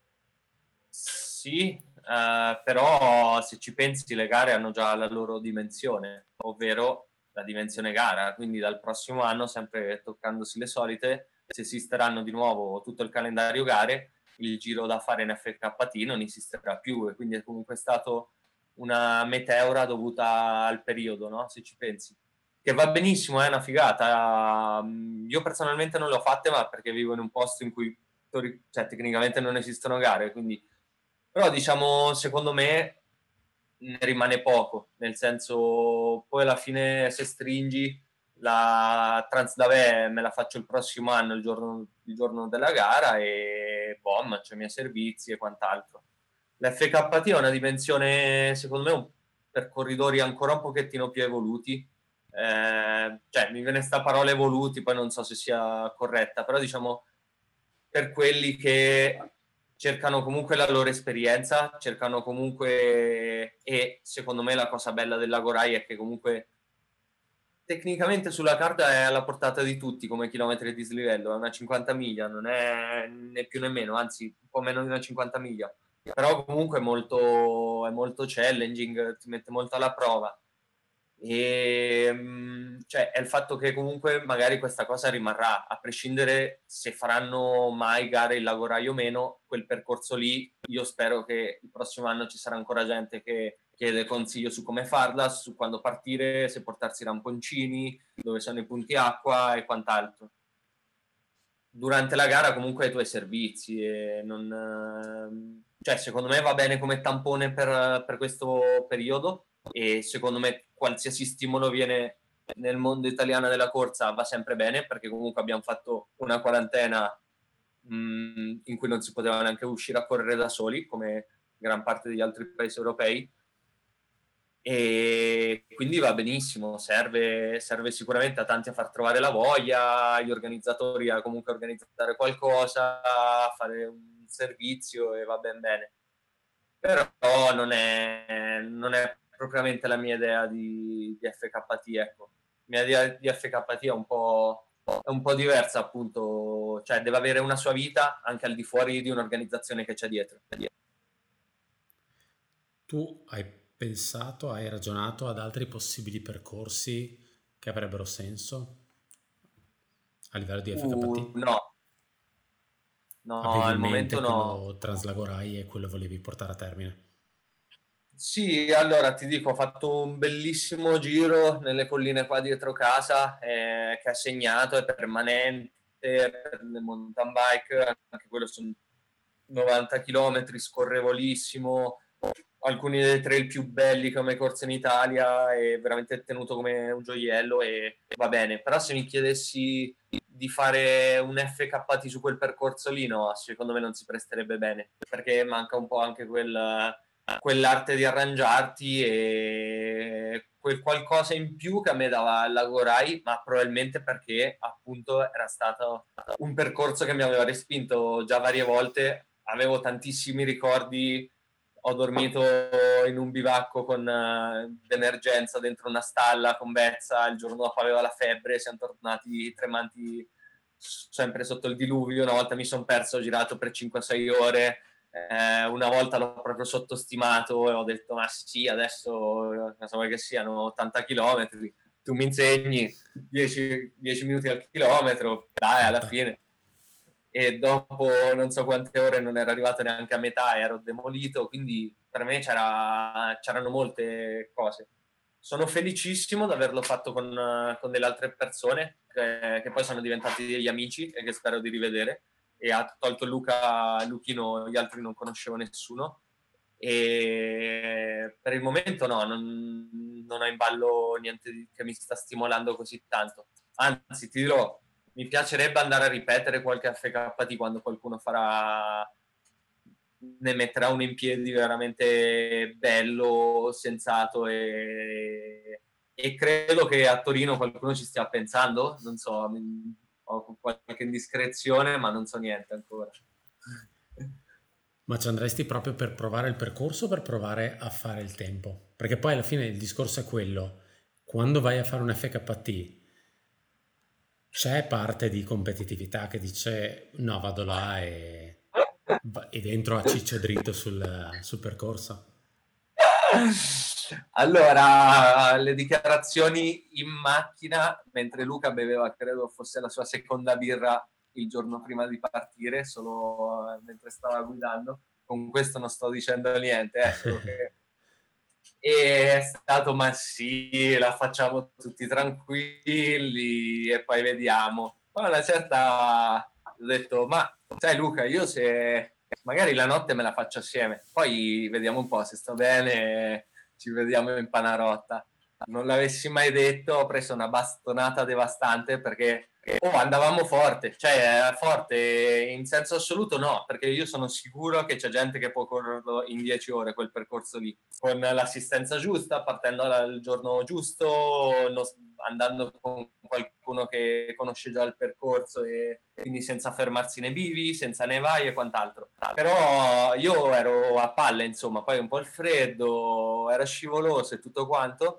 Sì, però se ci pensi le gare hanno già la loro dimensione, ovvero la dimensione gara, quindi dal prossimo anno, sempre toccandosi le solite, se esisteranno di nuovo tutto il calendario gare, il giro da fare in FKT non esisterà più e quindi è comunque stato una meteora dovuta al periodo, no? Se ci pensi. Che va benissimo, è una figata. Io personalmente non le ho fatte, ma perché vivo in un posto in cui cioè, tecnicamente non esistono gare, quindi però diciamo, secondo me ne rimane poco, nel senso, poi alla fine se stringi la Transdave me la faccio il prossimo anno, il giorno della gara e boom, c'ho i miei servizi e quant'altro. L'FKT è una dimensione, secondo me, per corridori ancora un pochettino più evoluti. Cioè, mi viene sta parola evoluti, poi non so se sia corretta, però diciamo per quelli che cercano comunque la loro esperienza, cercano comunque, e secondo me la cosa bella dell'Agorai è che comunque tecnicamente sulla carta è alla portata di tutti come chilometri di dislivello, è una 50 miglia, non è né più né meno, anzi un po' meno di una 50 miglia, però comunque è molto challenging, ti mette molto alla prova. E cioè è il fatto che comunque magari questa cosa rimarrà, a prescindere se faranno mai gare il Lagorai o meno, quel percorso lì io spero che il prossimo anno ci sarà ancora gente che chiede consiglio su come farla, su quando partire, se portarsi i ramponcini, dove sono i punti acqua e quant'altro. Durante la gara comunque hai i tuoi servizi e non, cioè secondo me va bene come tampone per questo periodo e secondo me qualsiasi stimolo viene nel mondo italiano della corsa va sempre bene perché comunque abbiamo fatto una quarantena in cui non si poteva neanche uscire a correre da soli come gran parte degli altri paesi europei e quindi va benissimo, serve sicuramente a tanti a far trovare la voglia, agli organizzatori a comunque organizzare qualcosa, a fare un servizio e va ben bene. Però non è propriamente la mia idea di FKT, ecco. La mia idea di FKT è un po' diversa, appunto, cioè deve avere una sua vita anche al di fuori di un'organizzazione che c'è dietro. Tu hai ragionato ad altri possibili percorsi che avrebbero senso a livello di FKT? No, no, Avevi in al mente momento no. quello Translagorai e quello volevi portare a termine? Sì, allora ti dico, ho fatto un bellissimo giro nelle colline qua dietro casa, che è segnato, è permanente, volte per le mountain bike, anche quello sono 90 km, scorrevolissimo, alcuni dei trail più belli che ho mai corso in Italia, è veramente tenuto come un gioiello e va bene. Però se mi chiedessi di fare un FKT su quel percorso lì, no, secondo me non si presterebbe bene, perché manca un po' anche quell'arte di arrangiarti e quel qualcosa in più che a me dava il Lago Rai, ma probabilmente perché appunto era stato un percorso che mi aveva respinto già varie volte, avevo tantissimi ricordi, ho dormito in un bivacco con d'emergenza dentro una stalla con Bezza, il giorno dopo aveva la febbre, siamo tornati tremanti sempre sotto il diluvio, una volta mi sono perso, ho girato per 5-6 ore, una volta l'ho proprio sottostimato e ho detto ma sì, adesso non so che siano 80 km, tu mi insegni 10 minuti al chilometro, dai, alla fine. E dopo non so quante ore non ero arrivato neanche a metà, ero demolito, quindi per me c'erano molte cose. Sono felicissimo di averlo fatto con delle altre persone che poi sono diventati degli amici e che spero di rivedere, e ha tolto Luchino, gli altri non conoscevo nessuno, e per il momento no, non ho in ballo niente che mi sta stimolando così tanto, anzi ti dirò, mi piacerebbe andare a ripetere qualche FKT quando qualcuno ne metterà uno in piedi veramente bello, sensato, e credo che a Torino qualcuno ci stia pensando, non so, ho qualche indiscrezione ma non so niente ancora. Ma ci andresti proprio per provare il percorso o per provare a fare il tempo? Perché poi alla fine il discorso è quello, quando vai a fare un FKT c'è parte di competitività che dice no, vado là e dentro a ciccio dritto sul percorso. Allora, le dichiarazioni in macchina, mentre Luca beveva, credo fosse la sua seconda birra il giorno prima di partire, solo mentre stava guidando. Con questo non sto dicendo niente, solo che e è stato ma sì, la facciamo tutti tranquilli e poi vediamo. Poi una certa ho detto ma sai Luca, io se magari la notte me la faccio assieme, poi vediamo un po', se sto bene ci vediamo in Panarotta. Non l'avessi mai detto, ho preso una bastonata devastante perché andavamo forte, cioè forte in senso assoluto no, perché io sono sicuro che c'è gente che può correrlo in 10 ore quel percorso lì, con l'assistenza giusta, partendo dal giorno giusto, andando con qualcuno che conosce già il percorso e quindi senza fermarsi nei bivi, senza nevai e quant'altro. Però io ero a palle, insomma, poi un po' il freddo, era scivoloso e tutto quanto,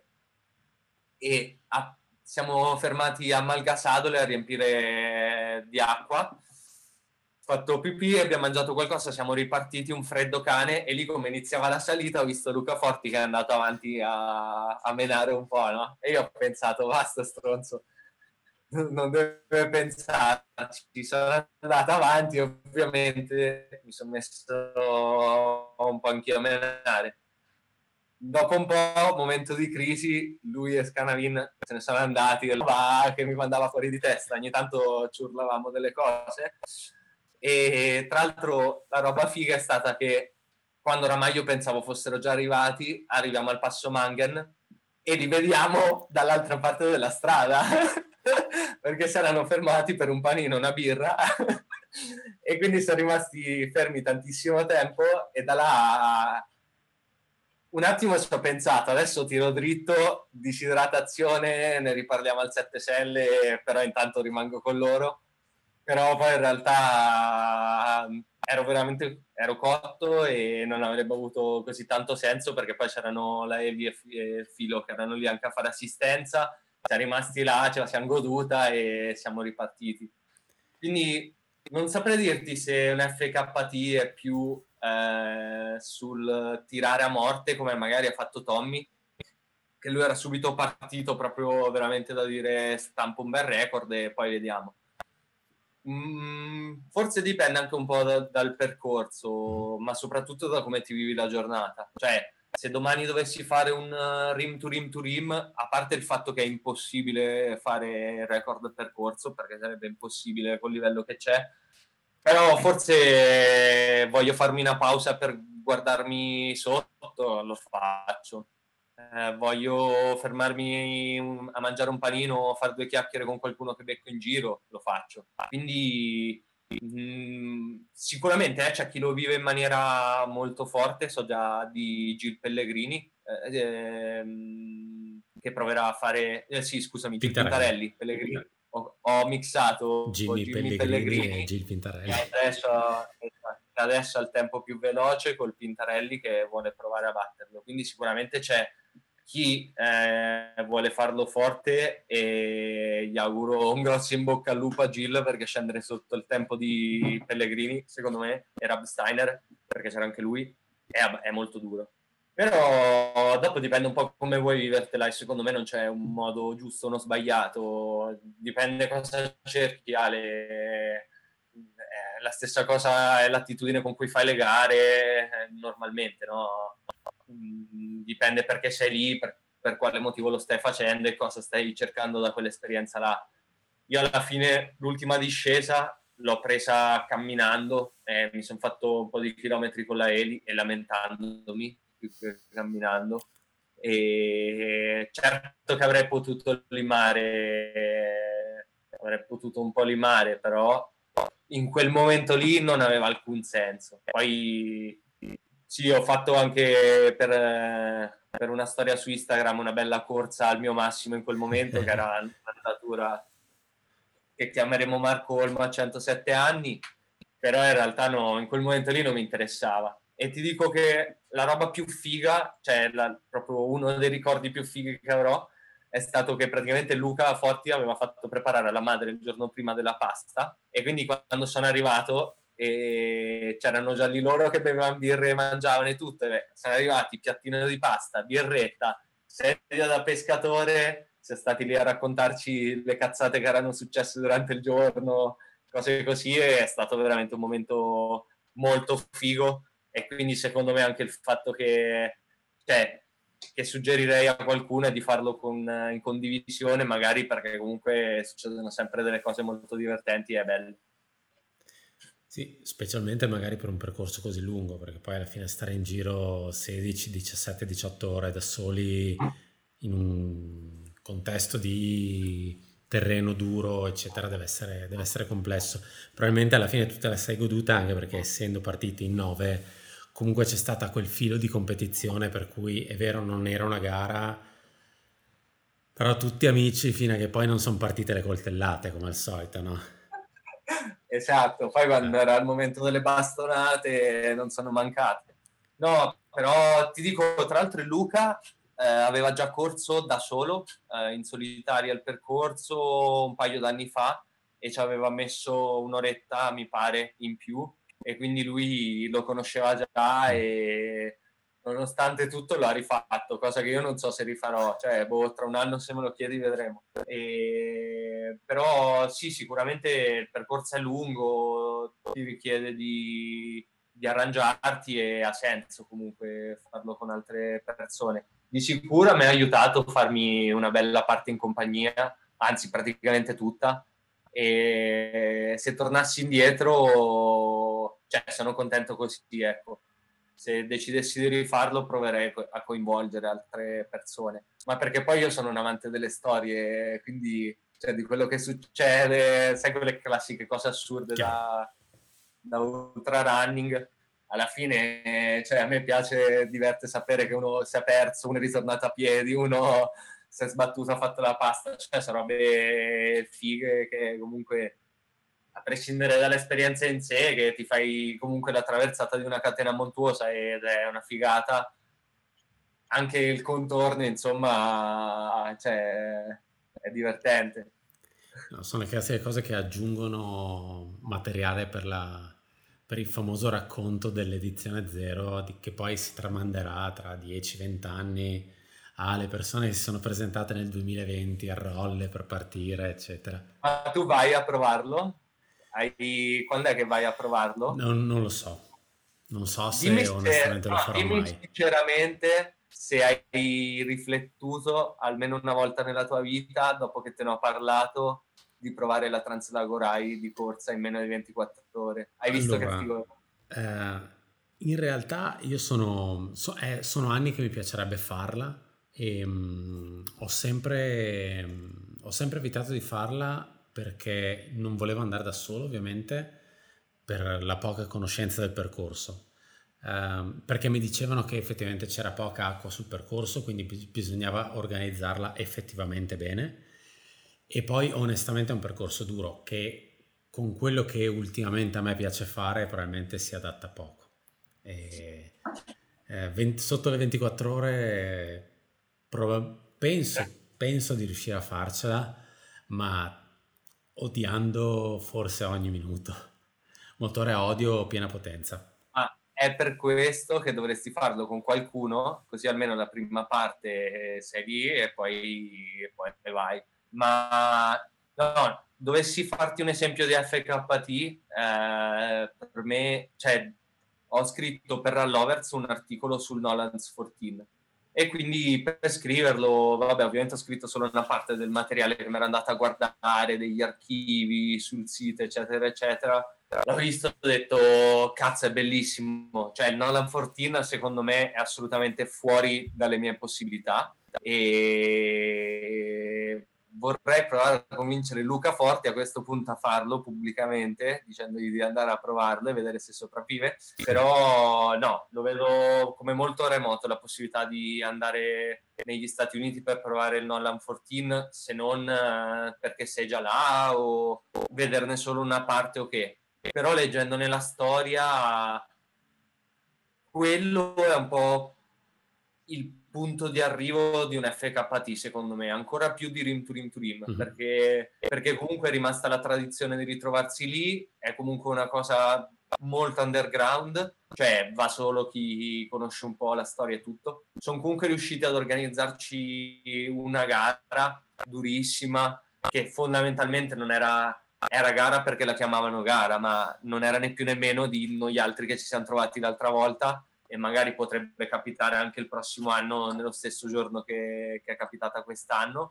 e siamo fermati a Malgasadole a riempire di acqua, fatto pipì, abbiamo mangiato qualcosa, siamo ripartiti un freddo cane, e lì come iniziava la salita ho visto Luca Forti che è andato avanti a menare un po', no? E io ho pensato basta stronzo, non deve pensarci, sono andato avanti, ovviamente mi sono messo un po' anch'io a menare. Dopo un po', momento di crisi, lui e Scanavin se ne sono andati, che mi mandava fuori di testa, ogni tanto ci urlavamo delle cose, e tra l'altro la roba figa è stata che quando oramai io pensavo fossero già arrivati, arriviamo al Passo Mangen e li vediamo dall'altra parte della strada perché si erano fermati per un panino, una birra e quindi sono rimasti fermi tantissimo tempo, e da là un attimo ci ho pensato, adesso tiro dritto, disidratazione, ne riparliamo al 7 Selle, però intanto rimango con loro. Però poi in realtà ero cotto e non avrebbe avuto così tanto senso, perché poi c'erano la Evi e Filo che erano lì anche a fare assistenza, siamo rimasti là, ce la siamo goduta e siamo ripartiti. Quindi non saprei dirti se un FKT è più sul tirare a morte come magari ha fatto Tommy, che lui era subito partito proprio veramente da dire stampo un bel record e poi vediamo. Forse dipende anche un po' dal percorso, ma soprattutto da come ti vivi la giornata. Cioè, se domani dovessi fare un rim to rim to rim, a parte il fatto che è impossibile fare il record percorso, perché sarebbe impossibile col livello che c'è, però forse voglio farmi una pausa per guardarmi sotto, lo faccio. Voglio fermarmi a mangiare un panino, fare 2 chiacchiere con qualcuno che becco in giro, lo faccio. Quindi sicuramente c'è chi lo vive in maniera molto forte. So già di Gil Pellegrini che proverà a fare sì, scusami, Gil Pintarelli. Pellegrini. Ho mixato Jimmy Pellegrini e Gil Pintarelli, e adesso al tempo più veloce col Pintarelli che vuole provare a batterlo, quindi sicuramente c'è chi vuole farlo forte, e gli auguro un grosso in bocca al lupo a Gil, perché scendere sotto il tempo di Pellegrini, secondo me, e Rab Steiner, perché c'era anche lui, è molto duro. Però dopo dipende un po' come vuoi vivertela, e secondo me non c'è un modo giusto o uno sbagliato, dipende cosa cerchi, Ale. La stessa cosa è l'attitudine con cui fai le gare normalmente, no? Dipende perché sei lì, per quale motivo lo stai facendo e cosa stai cercando da quell'esperienza là. Io alla fine l'ultima discesa l'ho presa camminando, mi sono fatto un po' di chilometri con la Eli e lamentandomi più che camminando, e certo che avrei potuto un po' limare, però in quel momento lì non aveva alcun senso. Poi sì, ho fatto anche per una storia su Instagram una bella corsa al mio massimo in quel momento, che era un'andatura che chiameremo Marco Olmo a 107 anni, però in realtà no, in quel momento lì non mi interessava. E ti dico che la roba più figa, cioè proprio uno dei ricordi più fighi che avrò, è stato che praticamente Luca Forti aveva fatto preparare alla madre il giorno prima della pasta, e quindi quando sono arrivato e c'erano già lì loro che bevevano birre e mangiavano e tutto, sono arrivati, piattino di pasta, birretta, sedia da pescatore, siamo stati lì a raccontarci le cazzate che erano successe durante il giorno, cose così, e è stato veramente un momento molto figo. E quindi secondo me anche il fatto che suggerirei a qualcuno è di farlo in condivisione, magari, perché comunque succedono sempre delle cose molto divertenti e bello. Sì, specialmente magari per un percorso così lungo, perché poi alla fine stare in giro 16, 17, 18 ore da soli in un contesto di terreno duro, eccetera, deve essere complesso. Probabilmente alla fine tu te la sei goduta, anche perché essendo partiti in 9, comunque c'è stata quel filo di competizione, per cui è vero non era una gara, però tutti amici fino a che poi non sono partite le coltellate, come al solito, no? Esatto, poi quando era il momento delle bastonate non sono mancate. No, però ti dico, tra l'altro Luca aveva già corso da solo, in solitaria il percorso un paio d'anni fa, e ci aveva messo un'oretta, mi pare, in più, e quindi lui lo conosceva già e nonostante tutto l'ha rifatto, cosa che io non so se rifarò, cioè tra un anno, se me lo chiedi, vedremo. Però sì, sicuramente il percorso è lungo, ti richiede di arrangiarti, e ha senso comunque farlo con altre persone. Di sicuro mi ha aiutato a farmi una bella parte in compagnia, anzi praticamente tutta, e se tornassi indietro, cioè, sono contento così, ecco. Se decidessi di rifarlo proverei a coinvolgere altre persone, ma perché poi io sono un amante delle storie, quindi cioè, di quello che succede, sai, quelle classiche cose assurde da ultra running, alla fine, cioè, a me diverte sapere che uno si è perso, uno è ritornato a piedi, uno si è sbattuto, ha fatto la pasta, cioè sono robe fighe che comunque, a prescindere dall'esperienza in sé, che ti fai comunque la traversata di una catena montuosa ed è una figata, anche il contorno, insomma, cioè, è divertente. No, sono le classiche cose che aggiungono materiale per il famoso racconto dell'edizione zero, che poi si tramanderà tra 10-20 anni alle persone che si sono presentate nel 2020 a Rolle per partire, eccetera. Ma tu vai a provarlo? Quando è che vai a provarlo? Non lo so, Non so se Dimmi, onestamente lo farò dimmi mai. sinceramente se hai riflettuto almeno una volta nella tua vita, dopo che te ne ho parlato, di provare la Translagorai di corsa in meno di 24 ore. Hai visto che Allora, figo? eh, in realtà io sono anni che mi piacerebbe farla e ho sempre evitato di farla perché non volevo andare da solo, ovviamente, per la poca conoscenza del percorso. Perché mi dicevano che effettivamente c'era poca acqua sul percorso, quindi bisognava organizzarla effettivamente bene. E poi onestamente è un percorso duro che con quello che ultimamente a me piace fare probabilmente si adatta poco. E, sotto le 24 ore penso di riuscire a farcela, ma odiando forse ogni minuto. Motore a odio piena potenza. Ma è per questo che dovresti farlo con qualcuno, così almeno la prima parte sei lì e poi vai. Ma no, dovessi farti un esempio di FKT, per me, cioè, ho scritto per Rallovers un articolo sul Nolans 14 e quindi per scriverlo, vabbè, ovviamente ho scritto solo una parte del materiale che mi ero andato a guardare, degli archivi sul sito, eccetera, eccetera. L'ho visto e ho detto, cazzo, è bellissimo. Cioè, il Nolan 14 secondo me è assolutamente fuori dalle mie possibilità e vorrei provare a convincere Luca Forti a questo punto a farlo pubblicamente, dicendogli di andare a provarlo e vedere se sopravvive, però no, lo vedo come molto remoto la possibilità di andare negli Stati Uniti per provare il Nolan 14, se non perché sei già là o vederne solo una parte o che. Però leggendone la storia, quello è un po' il punto di arrivo di un FKT, secondo me, ancora più di Rim to Rim to Rim, Mhm. perché comunque è rimasta la tradizione di ritrovarsi lì, è comunque una cosa molto underground, cioè va solo chi conosce un po' la storia e tutto. Sono comunque riusciti ad organizzarci una gara durissima, che fondamentalmente non era gara perché la chiamavano gara, ma non era né più né meno di noi altri che ci siamo trovati l'altra volta e magari potrebbe capitare anche il prossimo anno nello stesso giorno che è capitata quest'anno.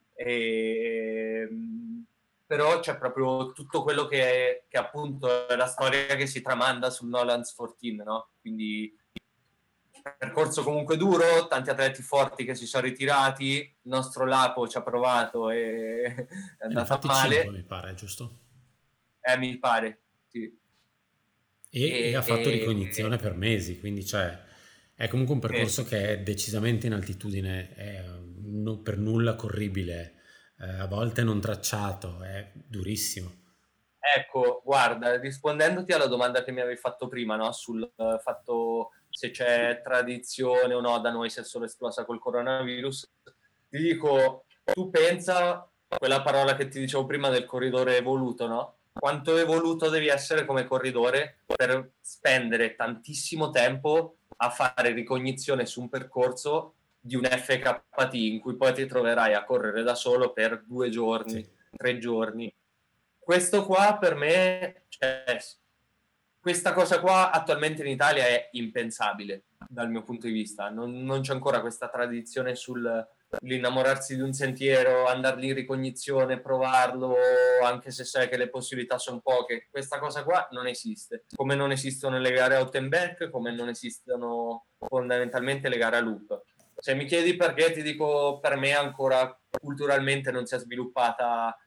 E, però c'è proprio tutto quello che appunto è la storia che si tramanda sul Nolans 14, no? Quindi percorso comunque duro, tanti atleti forti che si sono ritirati, il nostro Lapo ci ha provato e è E ne ha andata fatti 5, male, mi pare, giusto? mi pare, sì. E ha fatto E, ricognizione per mesi, quindi cioè, è comunque un percorso sì. che è decisamente in altitudine, è per nulla corribile, a volte non tracciato, è durissimo. Ecco, guarda, rispondendoti alla domanda che mi avevi fatto prima, no? Sul fatto se c'è tradizione o no da noi, se è solo esplosa col coronavirus, ti dico, tu pensa a quella parola che ti dicevo prima del corridore evoluto, no? Quanto evoluto devi essere come corridore per spendere tantissimo tempo a fare ricognizione su un percorso di un FKT in cui poi ti troverai a correre da solo per 2 giorni, Sì. 3 giorni. Questo qua per me, cioè, questa cosa qua attualmente in Italia è impensabile dal mio punto di vista. Non c'è ancora questa tradizione sull'innamorarsi di un sentiero, andarli in ricognizione, provarlo, anche se sai che le possibilità sono poche. Questa cosa qua non esiste. Come non esistono le gare out and back, come non esistono fondamentalmente le gare a loop. Se mi chiedi perché, ti dico per me ancora culturalmente non si è sviluppata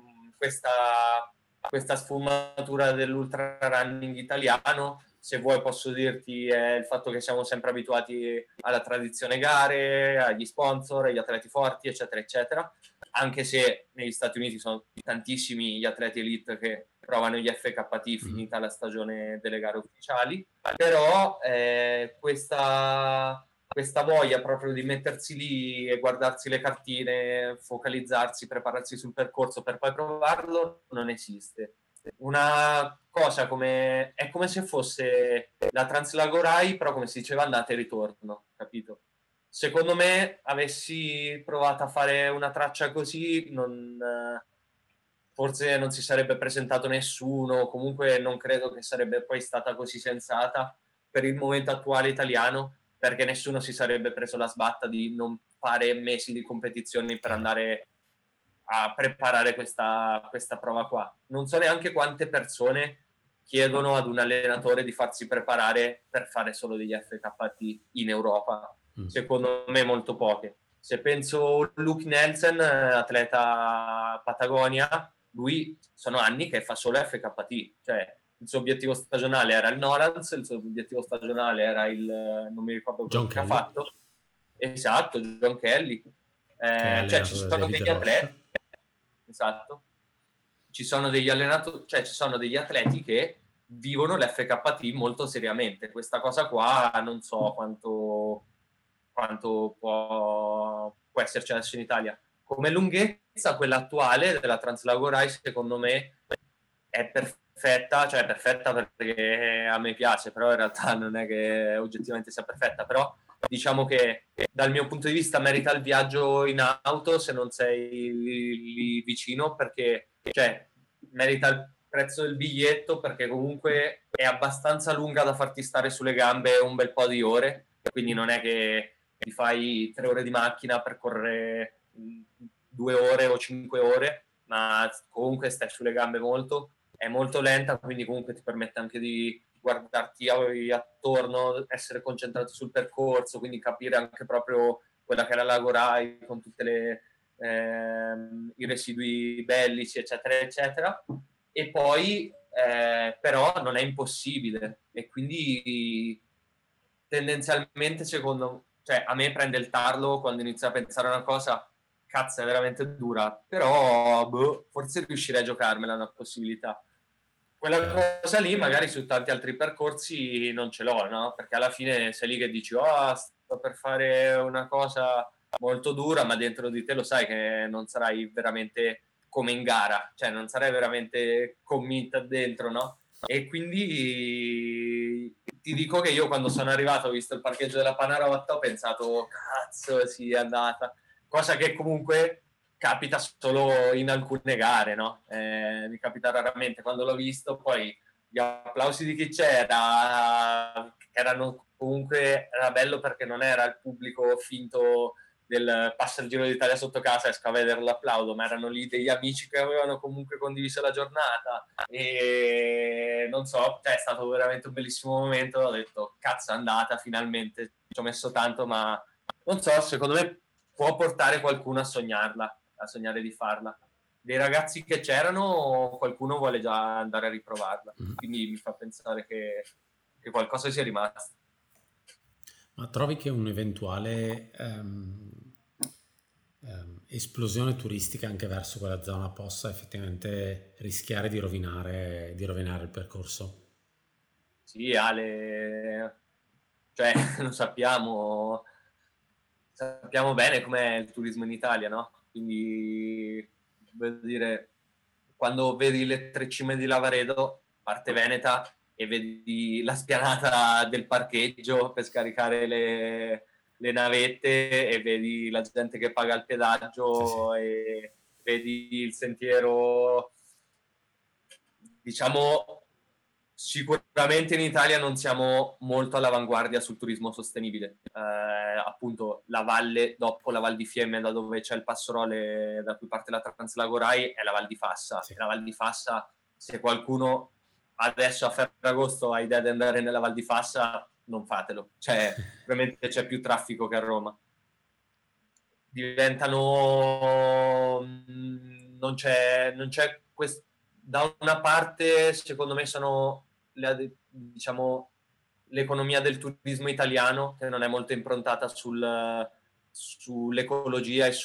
questa sfumatura dell'ultra running italiano. Se vuoi posso dirti è il fatto che siamo sempre abituati alla tradizione gare, agli sponsor, agli atleti forti, eccetera, eccetera. Anche se negli Stati Uniti sono tantissimi gli atleti elite che provano gli FKT Mhm. finita la stagione delle gare ufficiali, però questa voglia proprio di mettersi lì e guardarsi le cartine, focalizzarsi, prepararsi sul percorso per poi provarlo, non esiste. Una cosa come è come se fosse la Translagorai, però come si diceva andata e ritorno, capito? Secondo me, avessi provato a fare una traccia così, forse non si sarebbe presentato nessuno, comunque non credo che sarebbe poi stata così sensata per il momento attuale italiano, perché nessuno si sarebbe preso la sbatta di non fare mesi di competizioni per andare a preparare questa prova qua. Non so neanche quante persone chiedono ad un allenatore di farsi preparare per fare solo degli FKT in Europa. Secondo me molto poche. Se penso a Luke Nelson, atleta Patagonia, lui sono anni che fa solo FKT, cioè il suo obiettivo stagionale era il Norans, il suo obiettivo stagionale era non mi ricordo John cosa ha Kelly. fatto. Esatto, John Kelly. Cioè ci sono degli atleti. Esatto. Ci sono degli allenatori, cioè ci sono degli atleti che vivono l'FKT molto seriamente. Questa cosa qua non so quanto può esserci adesso in Italia. Come lunghezza, quella attuale della Translagorai, secondo me, è perfetta, cioè perfetta perché a me piace, però in realtà non è che oggettivamente sia perfetta, però diciamo che dal mio punto di vista merita il viaggio in auto se non sei lì vicino, perché cioè, merita il prezzo del biglietto, perché comunque è abbastanza lunga da farti stare sulle gambe un bel po' di ore, quindi non è che ti fai 3 ore di macchina per correre 2 ore o 5 ore, ma comunque stai sulle gambe molto, è molto lenta, quindi comunque ti permette anche di guardarti attorno, essere concentrato sul percorso, quindi capire anche proprio quella che era la Gorai con tutte i residui bellici, eccetera, eccetera. E poi però non è impossibile, e quindi tendenzialmente cioè a me prende il tarlo quando inizio a pensare a una cosa, cazzo è veramente dura, però forse riuscirei a giocarmela una possibilità. Quella cosa lì magari su tanti altri percorsi non ce l'ho, no? Perché alla fine sei lì che dici sto per fare una cosa molto dura, ma dentro di te lo sai che non sarai veramente come in gara, cioè non sarai veramente committed dentro, no? E quindi ti dico che io quando sono arrivato, ho visto il parcheggio della Panarotta, ho pensato cazzo sì, è andata, cosa che comunque capita solo in alcune gare, no? Mi capita raramente. Quando l'ho visto, poi gli applausi di chi c'era erano comunque, era bello perché non era il pubblico finto del passa il Giro d'Italia sotto casa, esco a vedere l'applauso, ma erano lì degli amici che avevano comunque condiviso la giornata, e non so, cioè è stato veramente un bellissimo momento. Ho detto cazzo è andata finalmente, ci ho messo tanto, ma non so, secondo me può portare qualcuno a sognarla, a sognare di farla. Dei ragazzi che c'erano, qualcuno vuole già andare a riprovarla, quindi mi fa pensare che qualcosa sia rimasto. Ma trovi che un'eventuale esplosione turistica anche verso quella zona possa effettivamente rischiare di rovinare il percorso? Sì, Ale, cioè lo sappiamo bene com'è il turismo in Italia, no? Quindi, voglio dire, quando vedi le 3 cime di Lavaredo, parte veneta, e vedi la spianata del parcheggio per scaricare le navette, e vedi la gente che paga il pedaggio, sì. E vedi il sentiero, diciamo, sicuramente in Italia non siamo molto all'avanguardia sul turismo sostenibile. Appunto la valle, dopo la Val di Fiemme, da dove c'è il Passerole da cui parte la Translagorai, è la Val di Fassa. Sì. La Val di Fassa, se qualcuno adesso a Ferragosto ha idea di andare nella Val di Fassa, non fatelo, cioè veramente c'è più traffico che a Roma. Non c'è questo. Da una parte secondo me sono diciamo l'economia del turismo italiano, che non è molto improntata sull'ecologia e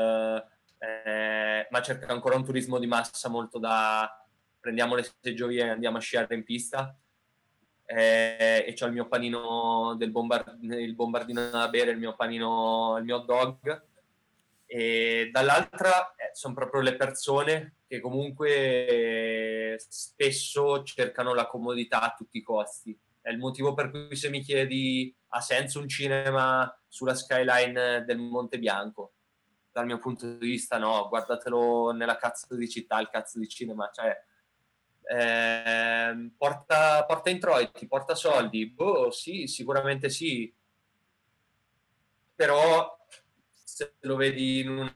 ma cerca ancora un turismo di massa molto da prendiamo le seggiovie e andiamo a sciare in pista, e c'ho il mio panino il bombardino da bere, il mio panino, il mio hot dog. E dall'altra sono proprio le persone che comunque spesso cercano la comodità a tutti i costi. È il motivo per cui, se mi chiedi ha senso un cinema sulla skyline del Monte Bianco, dal mio punto di vista no, guardatelo nella cazzo di città, il cazzo di cinema, cioè porta introiti, porta soldi, boh, sì, sicuramente sì, però se lo vedi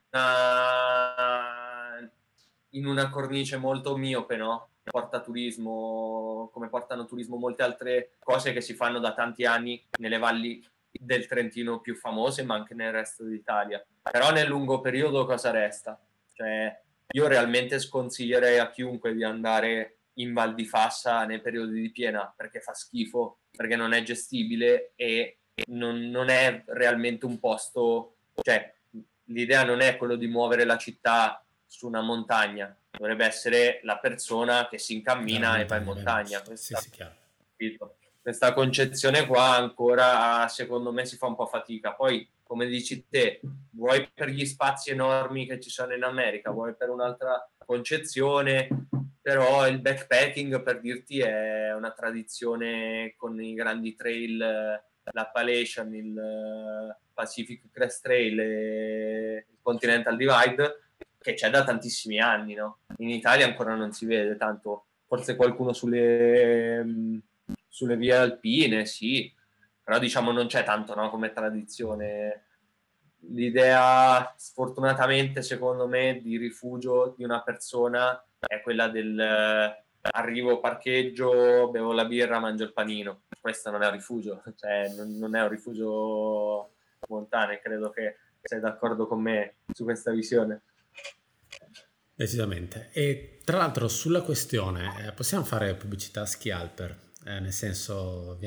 in una cornice molto miope, no? Porta turismo, come portano turismo molte altre cose che si fanno da tanti anni nelle valli del Trentino più famose, ma anche nel resto d'Italia. Però nel lungo periodo cosa resta? Cioè, io realmente sconsiglierei a chiunque di andare in Val di Fassa nei periodi di piena, perché fa schifo, perché non è gestibile e non è realmente un posto, cioè l'idea non è quello di muovere la città su una montagna, dovrebbe essere la persona che si incammina e va in montagna. Sì, sì, chiaro. Questa concezione qua ancora secondo me si fa un po' fatica. Poi, come dici te, vuoi per gli spazi enormi che ci sono in America, vuoi per un'altra concezione, però il backpacking, per dirti, è una tradizione con i grandi trail, l'Appalachian, il Pacific Crest Trail e il Continental Divide, che c'è da tantissimi anni, no? In Italia ancora non si vede tanto, forse qualcuno sulle vie alpine, sì, però diciamo non c'è tanto, no, come tradizione. L'idea, sfortunatamente, secondo me, di rifugio di una persona è quella del arrivo, parcheggio, bevo la birra, mangio il panino. Questo non è un rifugio, cioè non è un rifugio montano, credo che sei d'accordo con me su questa visione. Decisamente. E tra l'altro sulla questione, possiamo fare pubblicità a Ski Alper? Nel senso,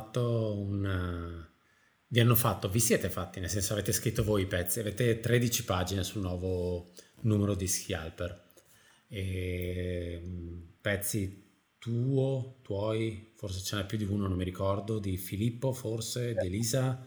vi siete fatti, nel senso avete scritto voi i pezzi, avete 13 pagine sul nuovo numero di Ski Alper. E, pezzi tuoi, forse ce n'è più di uno, non mi ricordo, di Filippo forse, di Elisa,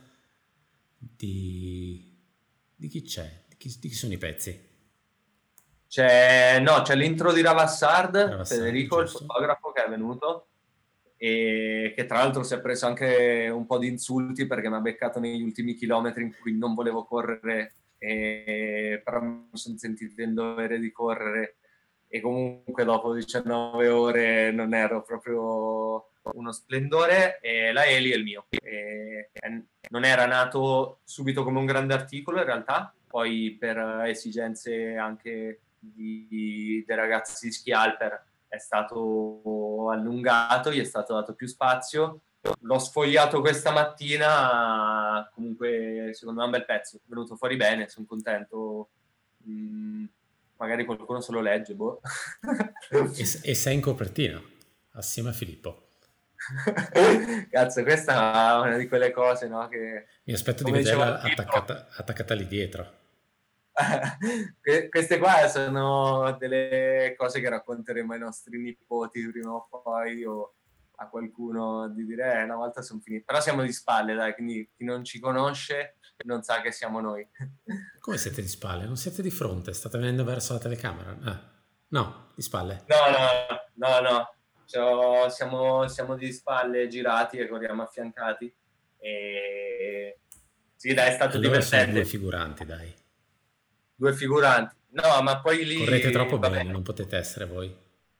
di chi c'è? Di chi sono i pezzi? C'è l'intro di Ravassard, Federico, giusto. Il fotografo che è venuto e che tra l'altro si è preso anche un po' di insulti perché mi ha beccato negli ultimi chilometri in cui non volevo correre, però mi sono sentito in dovere di correre e comunque dopo 19 ore non ero proprio uno splendore. E la Eli è il mio. Non era nato subito come un grande articolo in realtà, poi per esigenze anche dei ragazzi di Ski Alper è stato allungato, gli è stato dato più spazio. L'ho sfogliato questa mattina, comunque secondo me è un bel pezzo, è venuto fuori bene, sono contento. Magari qualcuno se lo legge, boh. E sei in copertina assieme a Filippo. Cazzo, questa è una di quelle cose, no? Che mi aspetto di vederla attaccata lì dietro. Queste qua sono delle cose che racconteremo ai nostri nipoti prima o poi, o a qualcuno di dire una volta sono finito. Però siamo di spalle, dai, quindi chi non ci conosce non sa che siamo noi. Come siete di spalle? Non siete di fronte? State venendo verso la telecamera? No, di spalle. No. Siamo di spalle girati e corriamo affiancati. E sì, dai, è stato allora divertente. Sono due figuranti, dai. Due figuranti. No, ma poi lì... Correte troppo bene, non potete essere voi.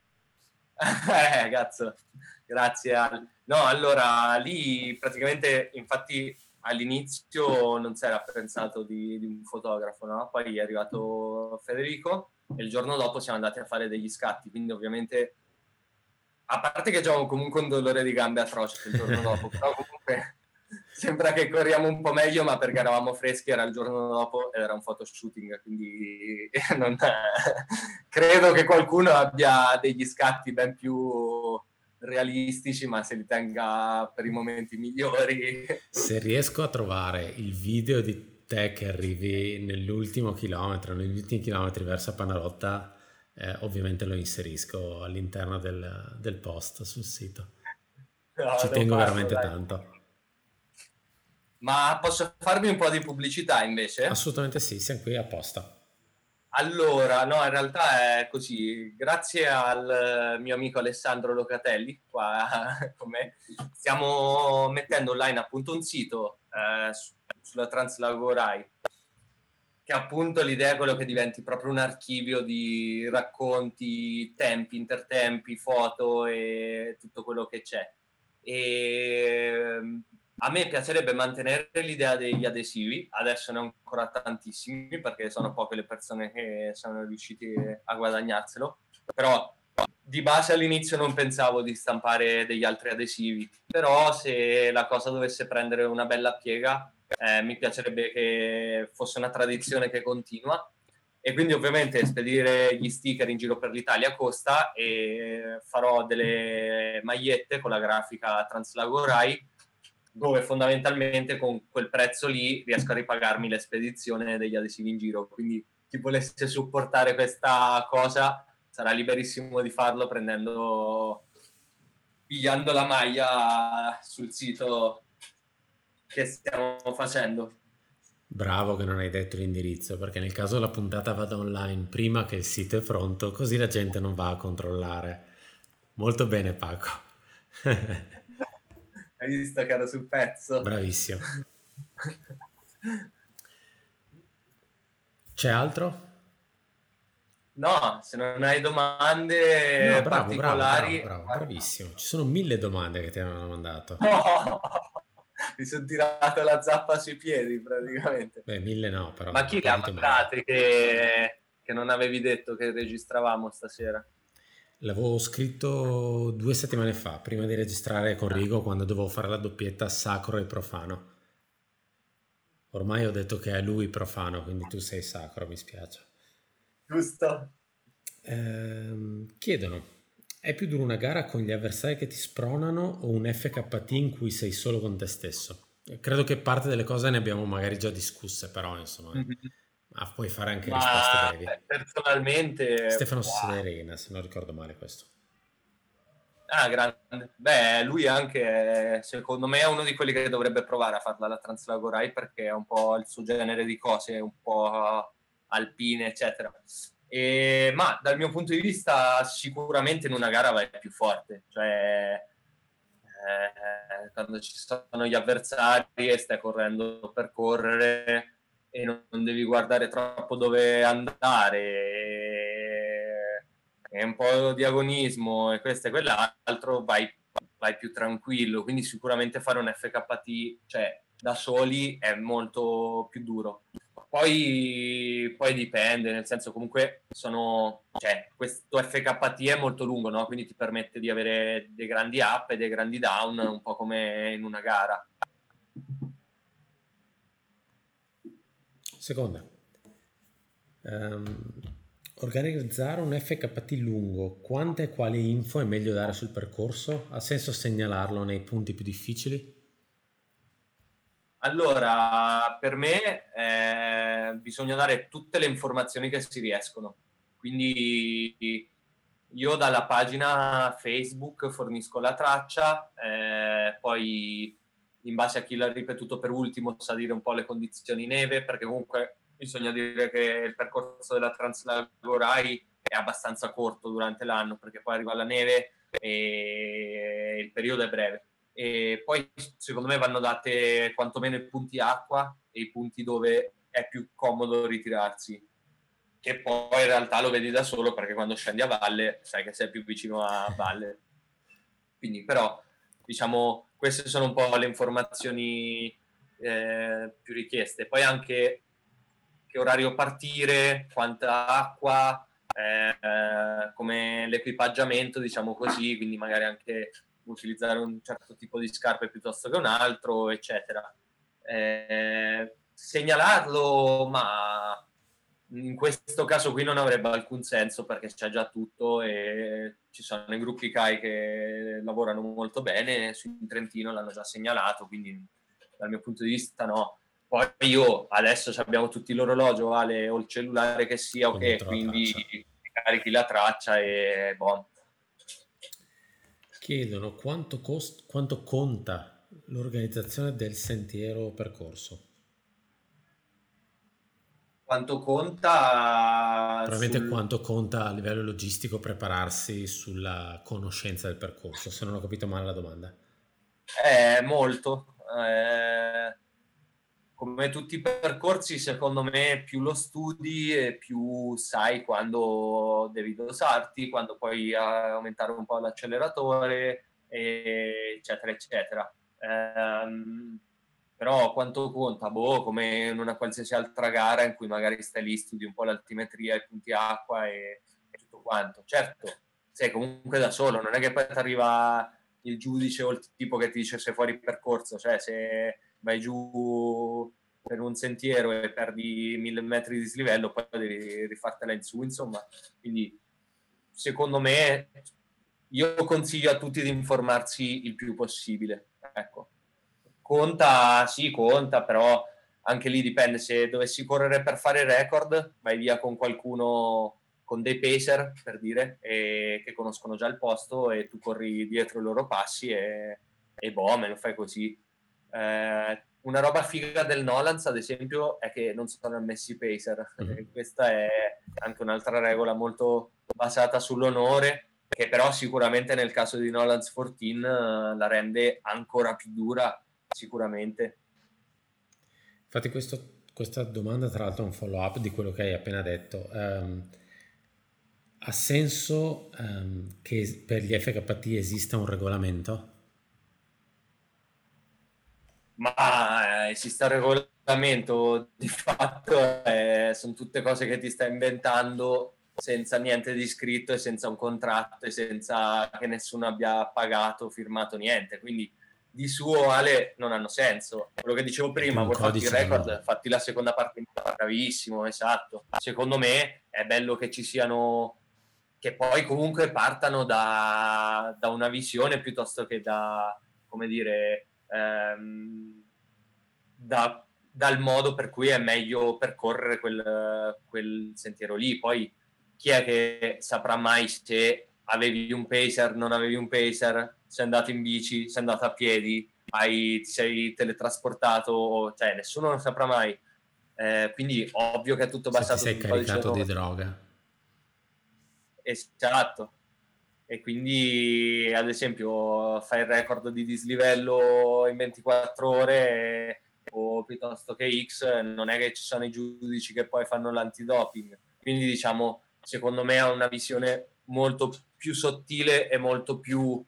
Cazzo, grazie. No, allora, lì praticamente, infatti, all'inizio non si era pensato di un fotografo, no? Poi è arrivato Federico e il giorno dopo siamo andati a fare degli scatti, quindi ovviamente, a parte che avevo comunque un dolore di gambe atroce il giorno dopo, però comunque... Sembra che corriamo un po' meglio, ma perché eravamo freschi, era il giorno dopo ed era un photoshooting, quindi credo che qualcuno abbia degli scatti ben più realistici, ma se li tenga per i momenti migliori. Se riesco a trovare il video di te che arrivi negli ultimi chilometri verso Panarotta, ovviamente lo inserisco all'interno del post sul sito. No, ci tengo veramente tanto. Ma posso farmi un po' di pubblicità invece? Assolutamente sì, siamo qui apposta. Allora, no, in realtà è così. Grazie al mio amico Alessandro Locatelli, qua con me, stiamo mettendo online appunto un sito sulla Translagorai che appunto l'idea è quello che diventi proprio un archivio di racconti, tempi, intertempi, foto e tutto quello che c'è. E a me piacerebbe mantenere l'idea degli adesivi, adesso ne ho ancora tantissimi perché sono poche le persone che sono riusciti a guadagnarselo, però di base all'inizio non pensavo di stampare degli altri adesivi, però se la cosa dovesse prendere una bella piega, mi piacerebbe che fosse una tradizione che continua, e quindi ovviamente spedire gli sticker in giro per l'Italia costa, e farò delle magliette con la grafica Translagorai, dove fondamentalmente con quel prezzo lì riesco a ripagarmi la spedizione degli adesivi in giro. Quindi chi volesse supportare questa cosa sarà liberissimo di farlo pigliando la maglia sul sito che stiamo facendo. Bravo che non hai detto l'indirizzo, perché nel caso la puntata vada online prima che il sito è pronto, così la gente non va a controllare. Molto bene, Paco. Hai visto che ero sul pezzo? Bravissimo. C'è altro? No, se non hai domande No, particolari... bravissimo. Ci sono 1000 domande che ti hanno mandato. No! Mi sono tirato la zappa sui piedi praticamente. Beh, 1000 no, però. Ma chi le ha mandate che non avevi detto che registravamo stasera? L'avevo scritto 2 settimane fa, prima di registrare con Rigo, quando dovevo fare la doppietta sacro e profano. Ormai ho detto che è lui profano, quindi tu sei sacro, mi spiace. Giusto? Chiedono, è più dura una gara con gli avversari che ti spronano o un FKT in cui sei solo con te stesso? Credo che parte delle cose ne abbiamo magari già discusse, però insomma, puoi fare anche risposte brevi. Personalmente... Stefano Serena, se non ricordo male questo. Ah, grande. Beh, lui anche, secondo me, è uno di quelli che dovrebbe provare a farla la Translagorai, perché è un po' il suo genere di cose, un po' alpine, eccetera. Ma dal mio punto di vista sicuramente in una gara vai più forte, cioè quando ci sono gli avversari e stai correndo per correre e non devi guardare troppo dove andare, e un po' di agonismo e questo e quell'altro, vai più tranquillo, quindi sicuramente fare un FKT, cioè da soli, è molto più duro. Poi dipende, nel senso, comunque questo FKT è molto lungo, no? Quindi ti permette di avere dei grandi up e dei grandi down, un po' come in una gara. Seconda, organizzare un FKT lungo, quante e quali info è meglio dare sul percorso? Ha senso segnalarlo nei punti più difficili? Allora, per me bisogna dare tutte le informazioni che si riescono. Quindi io dalla pagina Facebook fornisco la traccia, poi in base a chi l'ha ripetuto per ultimo sa dire un po' le condizioni neve, perché comunque bisogna dire che il percorso della Translagorai è abbastanza corto durante l'anno, perché poi arriva la neve e il periodo è breve. E poi secondo me vanno date quantomeno i punti acqua e i punti dove è più comodo ritirarsi, che poi in realtà lo vedi da solo, perché quando scendi a valle sai che sei più vicino a valle. Quindi però diciamo queste sono un po' le informazioni più richieste. Poi anche che orario partire, quanta acqua, come l'equipaggiamento, diciamo così, quindi magari anche utilizzare un certo tipo di scarpe piuttosto che un altro, eccetera. Segnalarlo, ma in questo caso qui non avrebbe alcun senso, perché c'è già tutto e ci sono i gruppi CAI che lavorano molto bene, in Trentino l'hanno già segnalato, quindi dal mio punto di vista no. Poi io adesso abbiamo tutti l'orologio, o il cellulare che sia, ok, quindi carichi la traccia e boh. Chiedono quanto conta l'organizzazione del sentiero percorso. Quanto conta? Probabilmente quanto conta a livello logistico prepararsi sulla conoscenza del percorso, se non ho capito male la domanda. Molto. come tutti i percorsi, secondo me, più lo studi e più sai quando devi dosarti, quando puoi aumentare un po' l'acceleratore, eccetera, eccetera. Però quanto conta? Boh, come in una qualsiasi altra gara in cui magari stai lì, studi un po' l'altimetria, i punti acqua e tutto quanto. Certo, sei comunque da solo, non è che poi ti arriva il giudice o il tipo che ti dice sei fuori percorso, cioè se vai giù per un sentiero e perdi 1000 metri di dislivello, poi devi rifartela in su, insomma. Quindi, secondo me, io consiglio a tutti di informarsi il più possibile. Ecco. Conta, sì, conta, però anche lì dipende. Se dovessi correre per fare record, vai via con qualcuno, con dei pacer, per dire, che conoscono già il posto e tu corri dietro i loro passi e boh, me lo fai così. Una roba figa del Nolans, ad esempio, è che non sono ammessi pacer. Questa è anche un'altra regola molto basata sull'onore, che però sicuramente nel caso di Nolans 14 la rende ancora più dura, sicuramente. Infatti questa domanda tra l'altro è un follow up di quello che hai appena detto. Ha senso che per gli FKT esista un regolamento? Ma esiste un regolamento, di fatto sono tutte cose che ti stai inventando senza niente di scritto e senza un contratto e senza che nessuno abbia pagato, firmato niente, quindi di suo, Ale, non hanno senso. Quello che dicevo prima, vuoi fatti il record, fatti la seconda parte, bravissimo, esatto. Secondo me è bello che ci siano, che poi comunque partano da una visione piuttosto che da, come dire, dal modo per cui è meglio percorrere quel sentiero lì. Poi chi è che saprà mai se avevi un pacer, non avevi un pacer, sei andato in bici, sei andato a piedi, ti sei teletrasportato, cioè nessuno lo saprà mai. Quindi ovvio che è tutto basato sul codice. Se ti sei caricato di droga. Esatto. E quindi ad esempio fai il record di dislivello in 24 ore o piuttosto che X, non è che ci sono i giudici che poi fanno l'antidoping. Quindi diciamo, secondo me ha una visione molto più sottile e molto più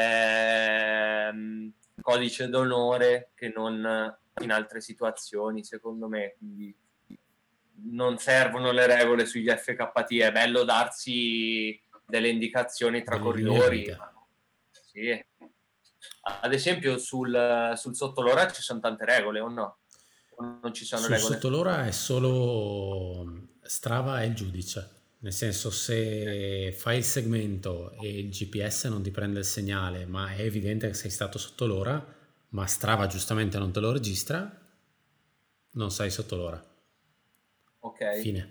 codice d'onore che non in altre situazioni, secondo me. Quindi non servono le regole sugli FKT, è bello darsi delle indicazioni tra corridori. Sì. Ad esempio sul sottolora ci sono tante regole o no? O non ci sono regole? Sul sottolora è solo Strava e il giudice. Nel senso, se fai il segmento e il GPS non ti prende il segnale, ma è evidente che sei stato sotto l'ora, ma Strava giustamente non te lo registra, non sei sotto l'ora. Ok. Fine.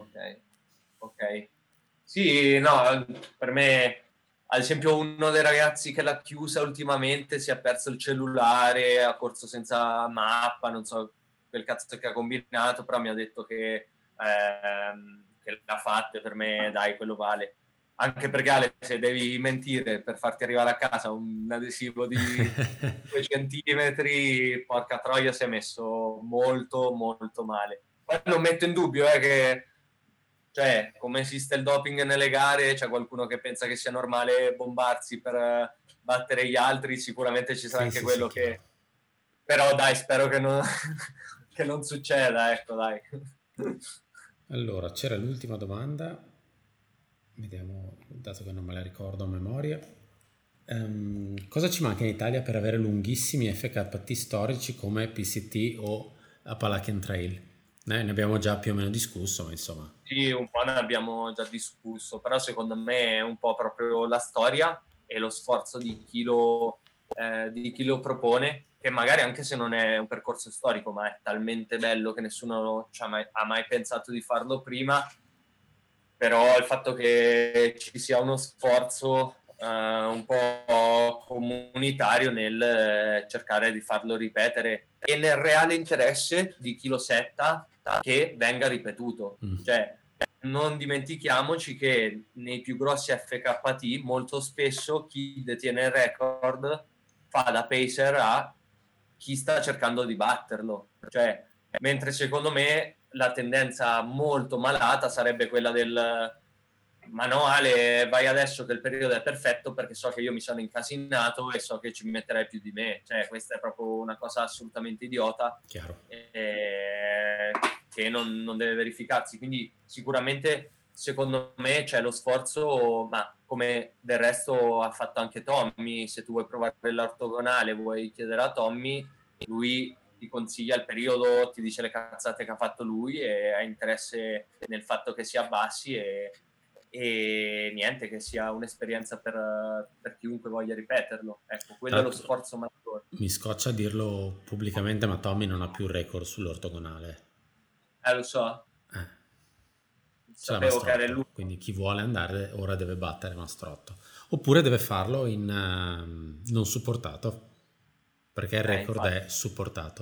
Ok. Sì, no, per me, ad esempio, uno dei ragazzi che l'ha chiusa ultimamente si è perso il cellulare, ha corso senza mappa, non so quel cazzo che ha combinato, però mi ha detto che l'ha fatta, e per me, dai, quello vale. Anche perché, Ale, se devi mentire per farti arrivare a casa un adesivo di 2 centimetri, porca troia, si è messo molto, molto male. Poi non metto in dubbio che, cioè, come esiste il doping nelle gare, c'è qualcuno che pensa che sia normale bombarsi per battere gli altri, sicuramente ci sarà anche quello che... Chiaro. Però dai, spero che non, che non succeda, ecco, dai. Allora, c'era l'ultima domanda, vediamo, dato che non me la ricordo a memoria. Cosa ci manca in Italia per avere lunghissimi FKT storici come PCT o Appalachian Trail? Ne abbiamo già più o meno discusso, ma insomma. Sì, un po' ne abbiamo già discusso, però secondo me è un po' proprio la storia e lo sforzo di chi lo propone, che magari anche se non è un percorso storico, ma è talmente bello che nessuno ha mai pensato di farlo prima, però il fatto che ci sia uno sforzo un po' comunitario nel cercare di farlo ripetere e nel reale interesse di chi lo setta che venga ripetuto. Cioè, non dimentichiamoci che nei più grossi FKT molto spesso chi detiene il record fa da pacer a chi sta cercando di batterlo. Cioè, mentre secondo me la tendenza molto malata sarebbe quella del ma no Ale, vai adesso che il periodo è perfetto perché so che io mi sono incasinato e so che ci metterai più di me, cioè questa è proprio una cosa assolutamente idiota. Chiaro. Che non deve verificarsi, quindi sicuramente secondo me c'è lo sforzo, ma come del resto ha fatto anche Tommy, se tu vuoi provare l'ortogonale vuoi chiedere a Tommy, lui ti consiglia il periodo, ti dice le cazzate che ha fatto lui e ha interesse nel fatto che si abbassi e niente, che sia un'esperienza per chiunque voglia ripeterlo. Ecco, quello è lo sforzo maggiore. Mi scoccia dirlo pubblicamente, ma Tommy non ha più record sull'ortogonale. Lo so. Sapevo che era lui. Quindi chi vuole andare ora deve battere Mastrotto. Oppure deve farlo in non supportato, perché il record è supportato.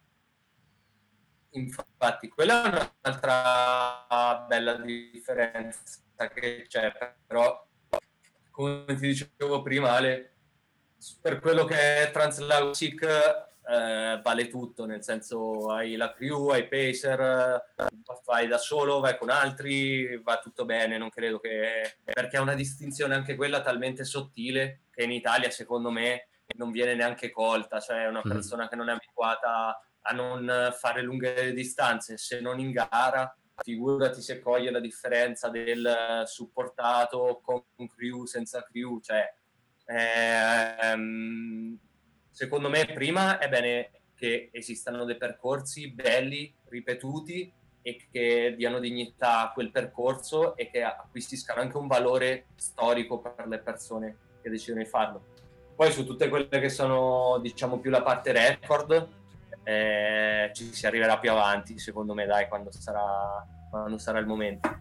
Infatti, quella è un'altra bella differenza che c'è, però come ti dicevo prima Ale, per quello che è Translagosic vale tutto, nel senso hai la crew, hai pacer, fai da solo, vai con altri, va tutto bene, non credo che... perché è una distinzione anche quella talmente sottile che in Italia secondo me non viene neanche colta, cioè una persona che non è abituata a non fare lunghe distanze, se non in gara, figurati se coglie la differenza del supportato con crew, senza crew, cioè secondo me prima è bene che esistano dei percorsi belli, ripetuti e che diano dignità a quel percorso e che acquisiscano anche un valore storico per le persone che decidono di farlo. Poi su tutte quelle che sono diciamo più la parte record ci si arriverà più avanti secondo me, dai, quando sarà il momento.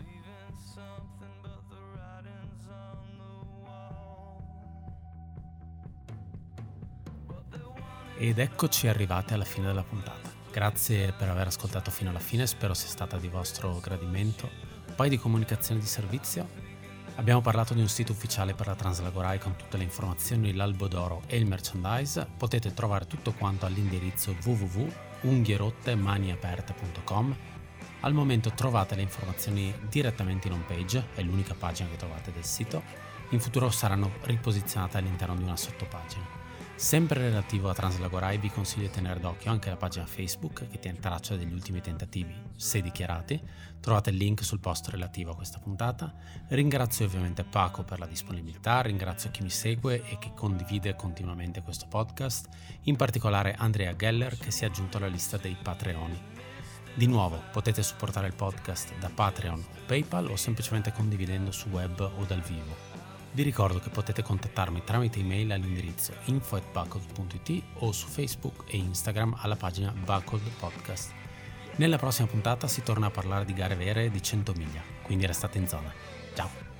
Ed eccoci arrivati alla fine della puntata. Grazie per aver ascoltato fino alla fine, spero sia stata di vostro gradimento. Un paio di comunicazioni di servizio. Abbiamo parlato di un sito ufficiale per la Translagorai con tutte le informazioni, l'albo d'oro e il merchandise. Potete trovare tutto quanto all'indirizzo www.unghierottemaniaperte.com. Al momento trovate le informazioni direttamente in home page, è l'unica pagina che trovate del sito. In futuro saranno riposizionate all'interno di una sottopagina. Sempre relativo a Translagorai vi consiglio di tenere d'occhio anche la pagina Facebook che tiene traccia degli ultimi tentativi, se dichiarati. Trovate il link sul post relativo a questa puntata. Ringrazio ovviamente Paco per la disponibilità, ringrazio chi mi segue e che condivide continuamente questo podcast, in particolare Andrea Geller che si è aggiunto alla lista dei Patreoni. Di nuovo potete supportare il podcast da Patreon o PayPal o semplicemente condividendo su web o dal vivo. Vi ricordo che potete contattarmi tramite email all'indirizzo info@buckled.it o su Facebook e Instagram alla pagina Buckled Podcast. Nella prossima puntata si torna a parlare di gare vere di 100 miglia, quindi restate in zona. Ciao!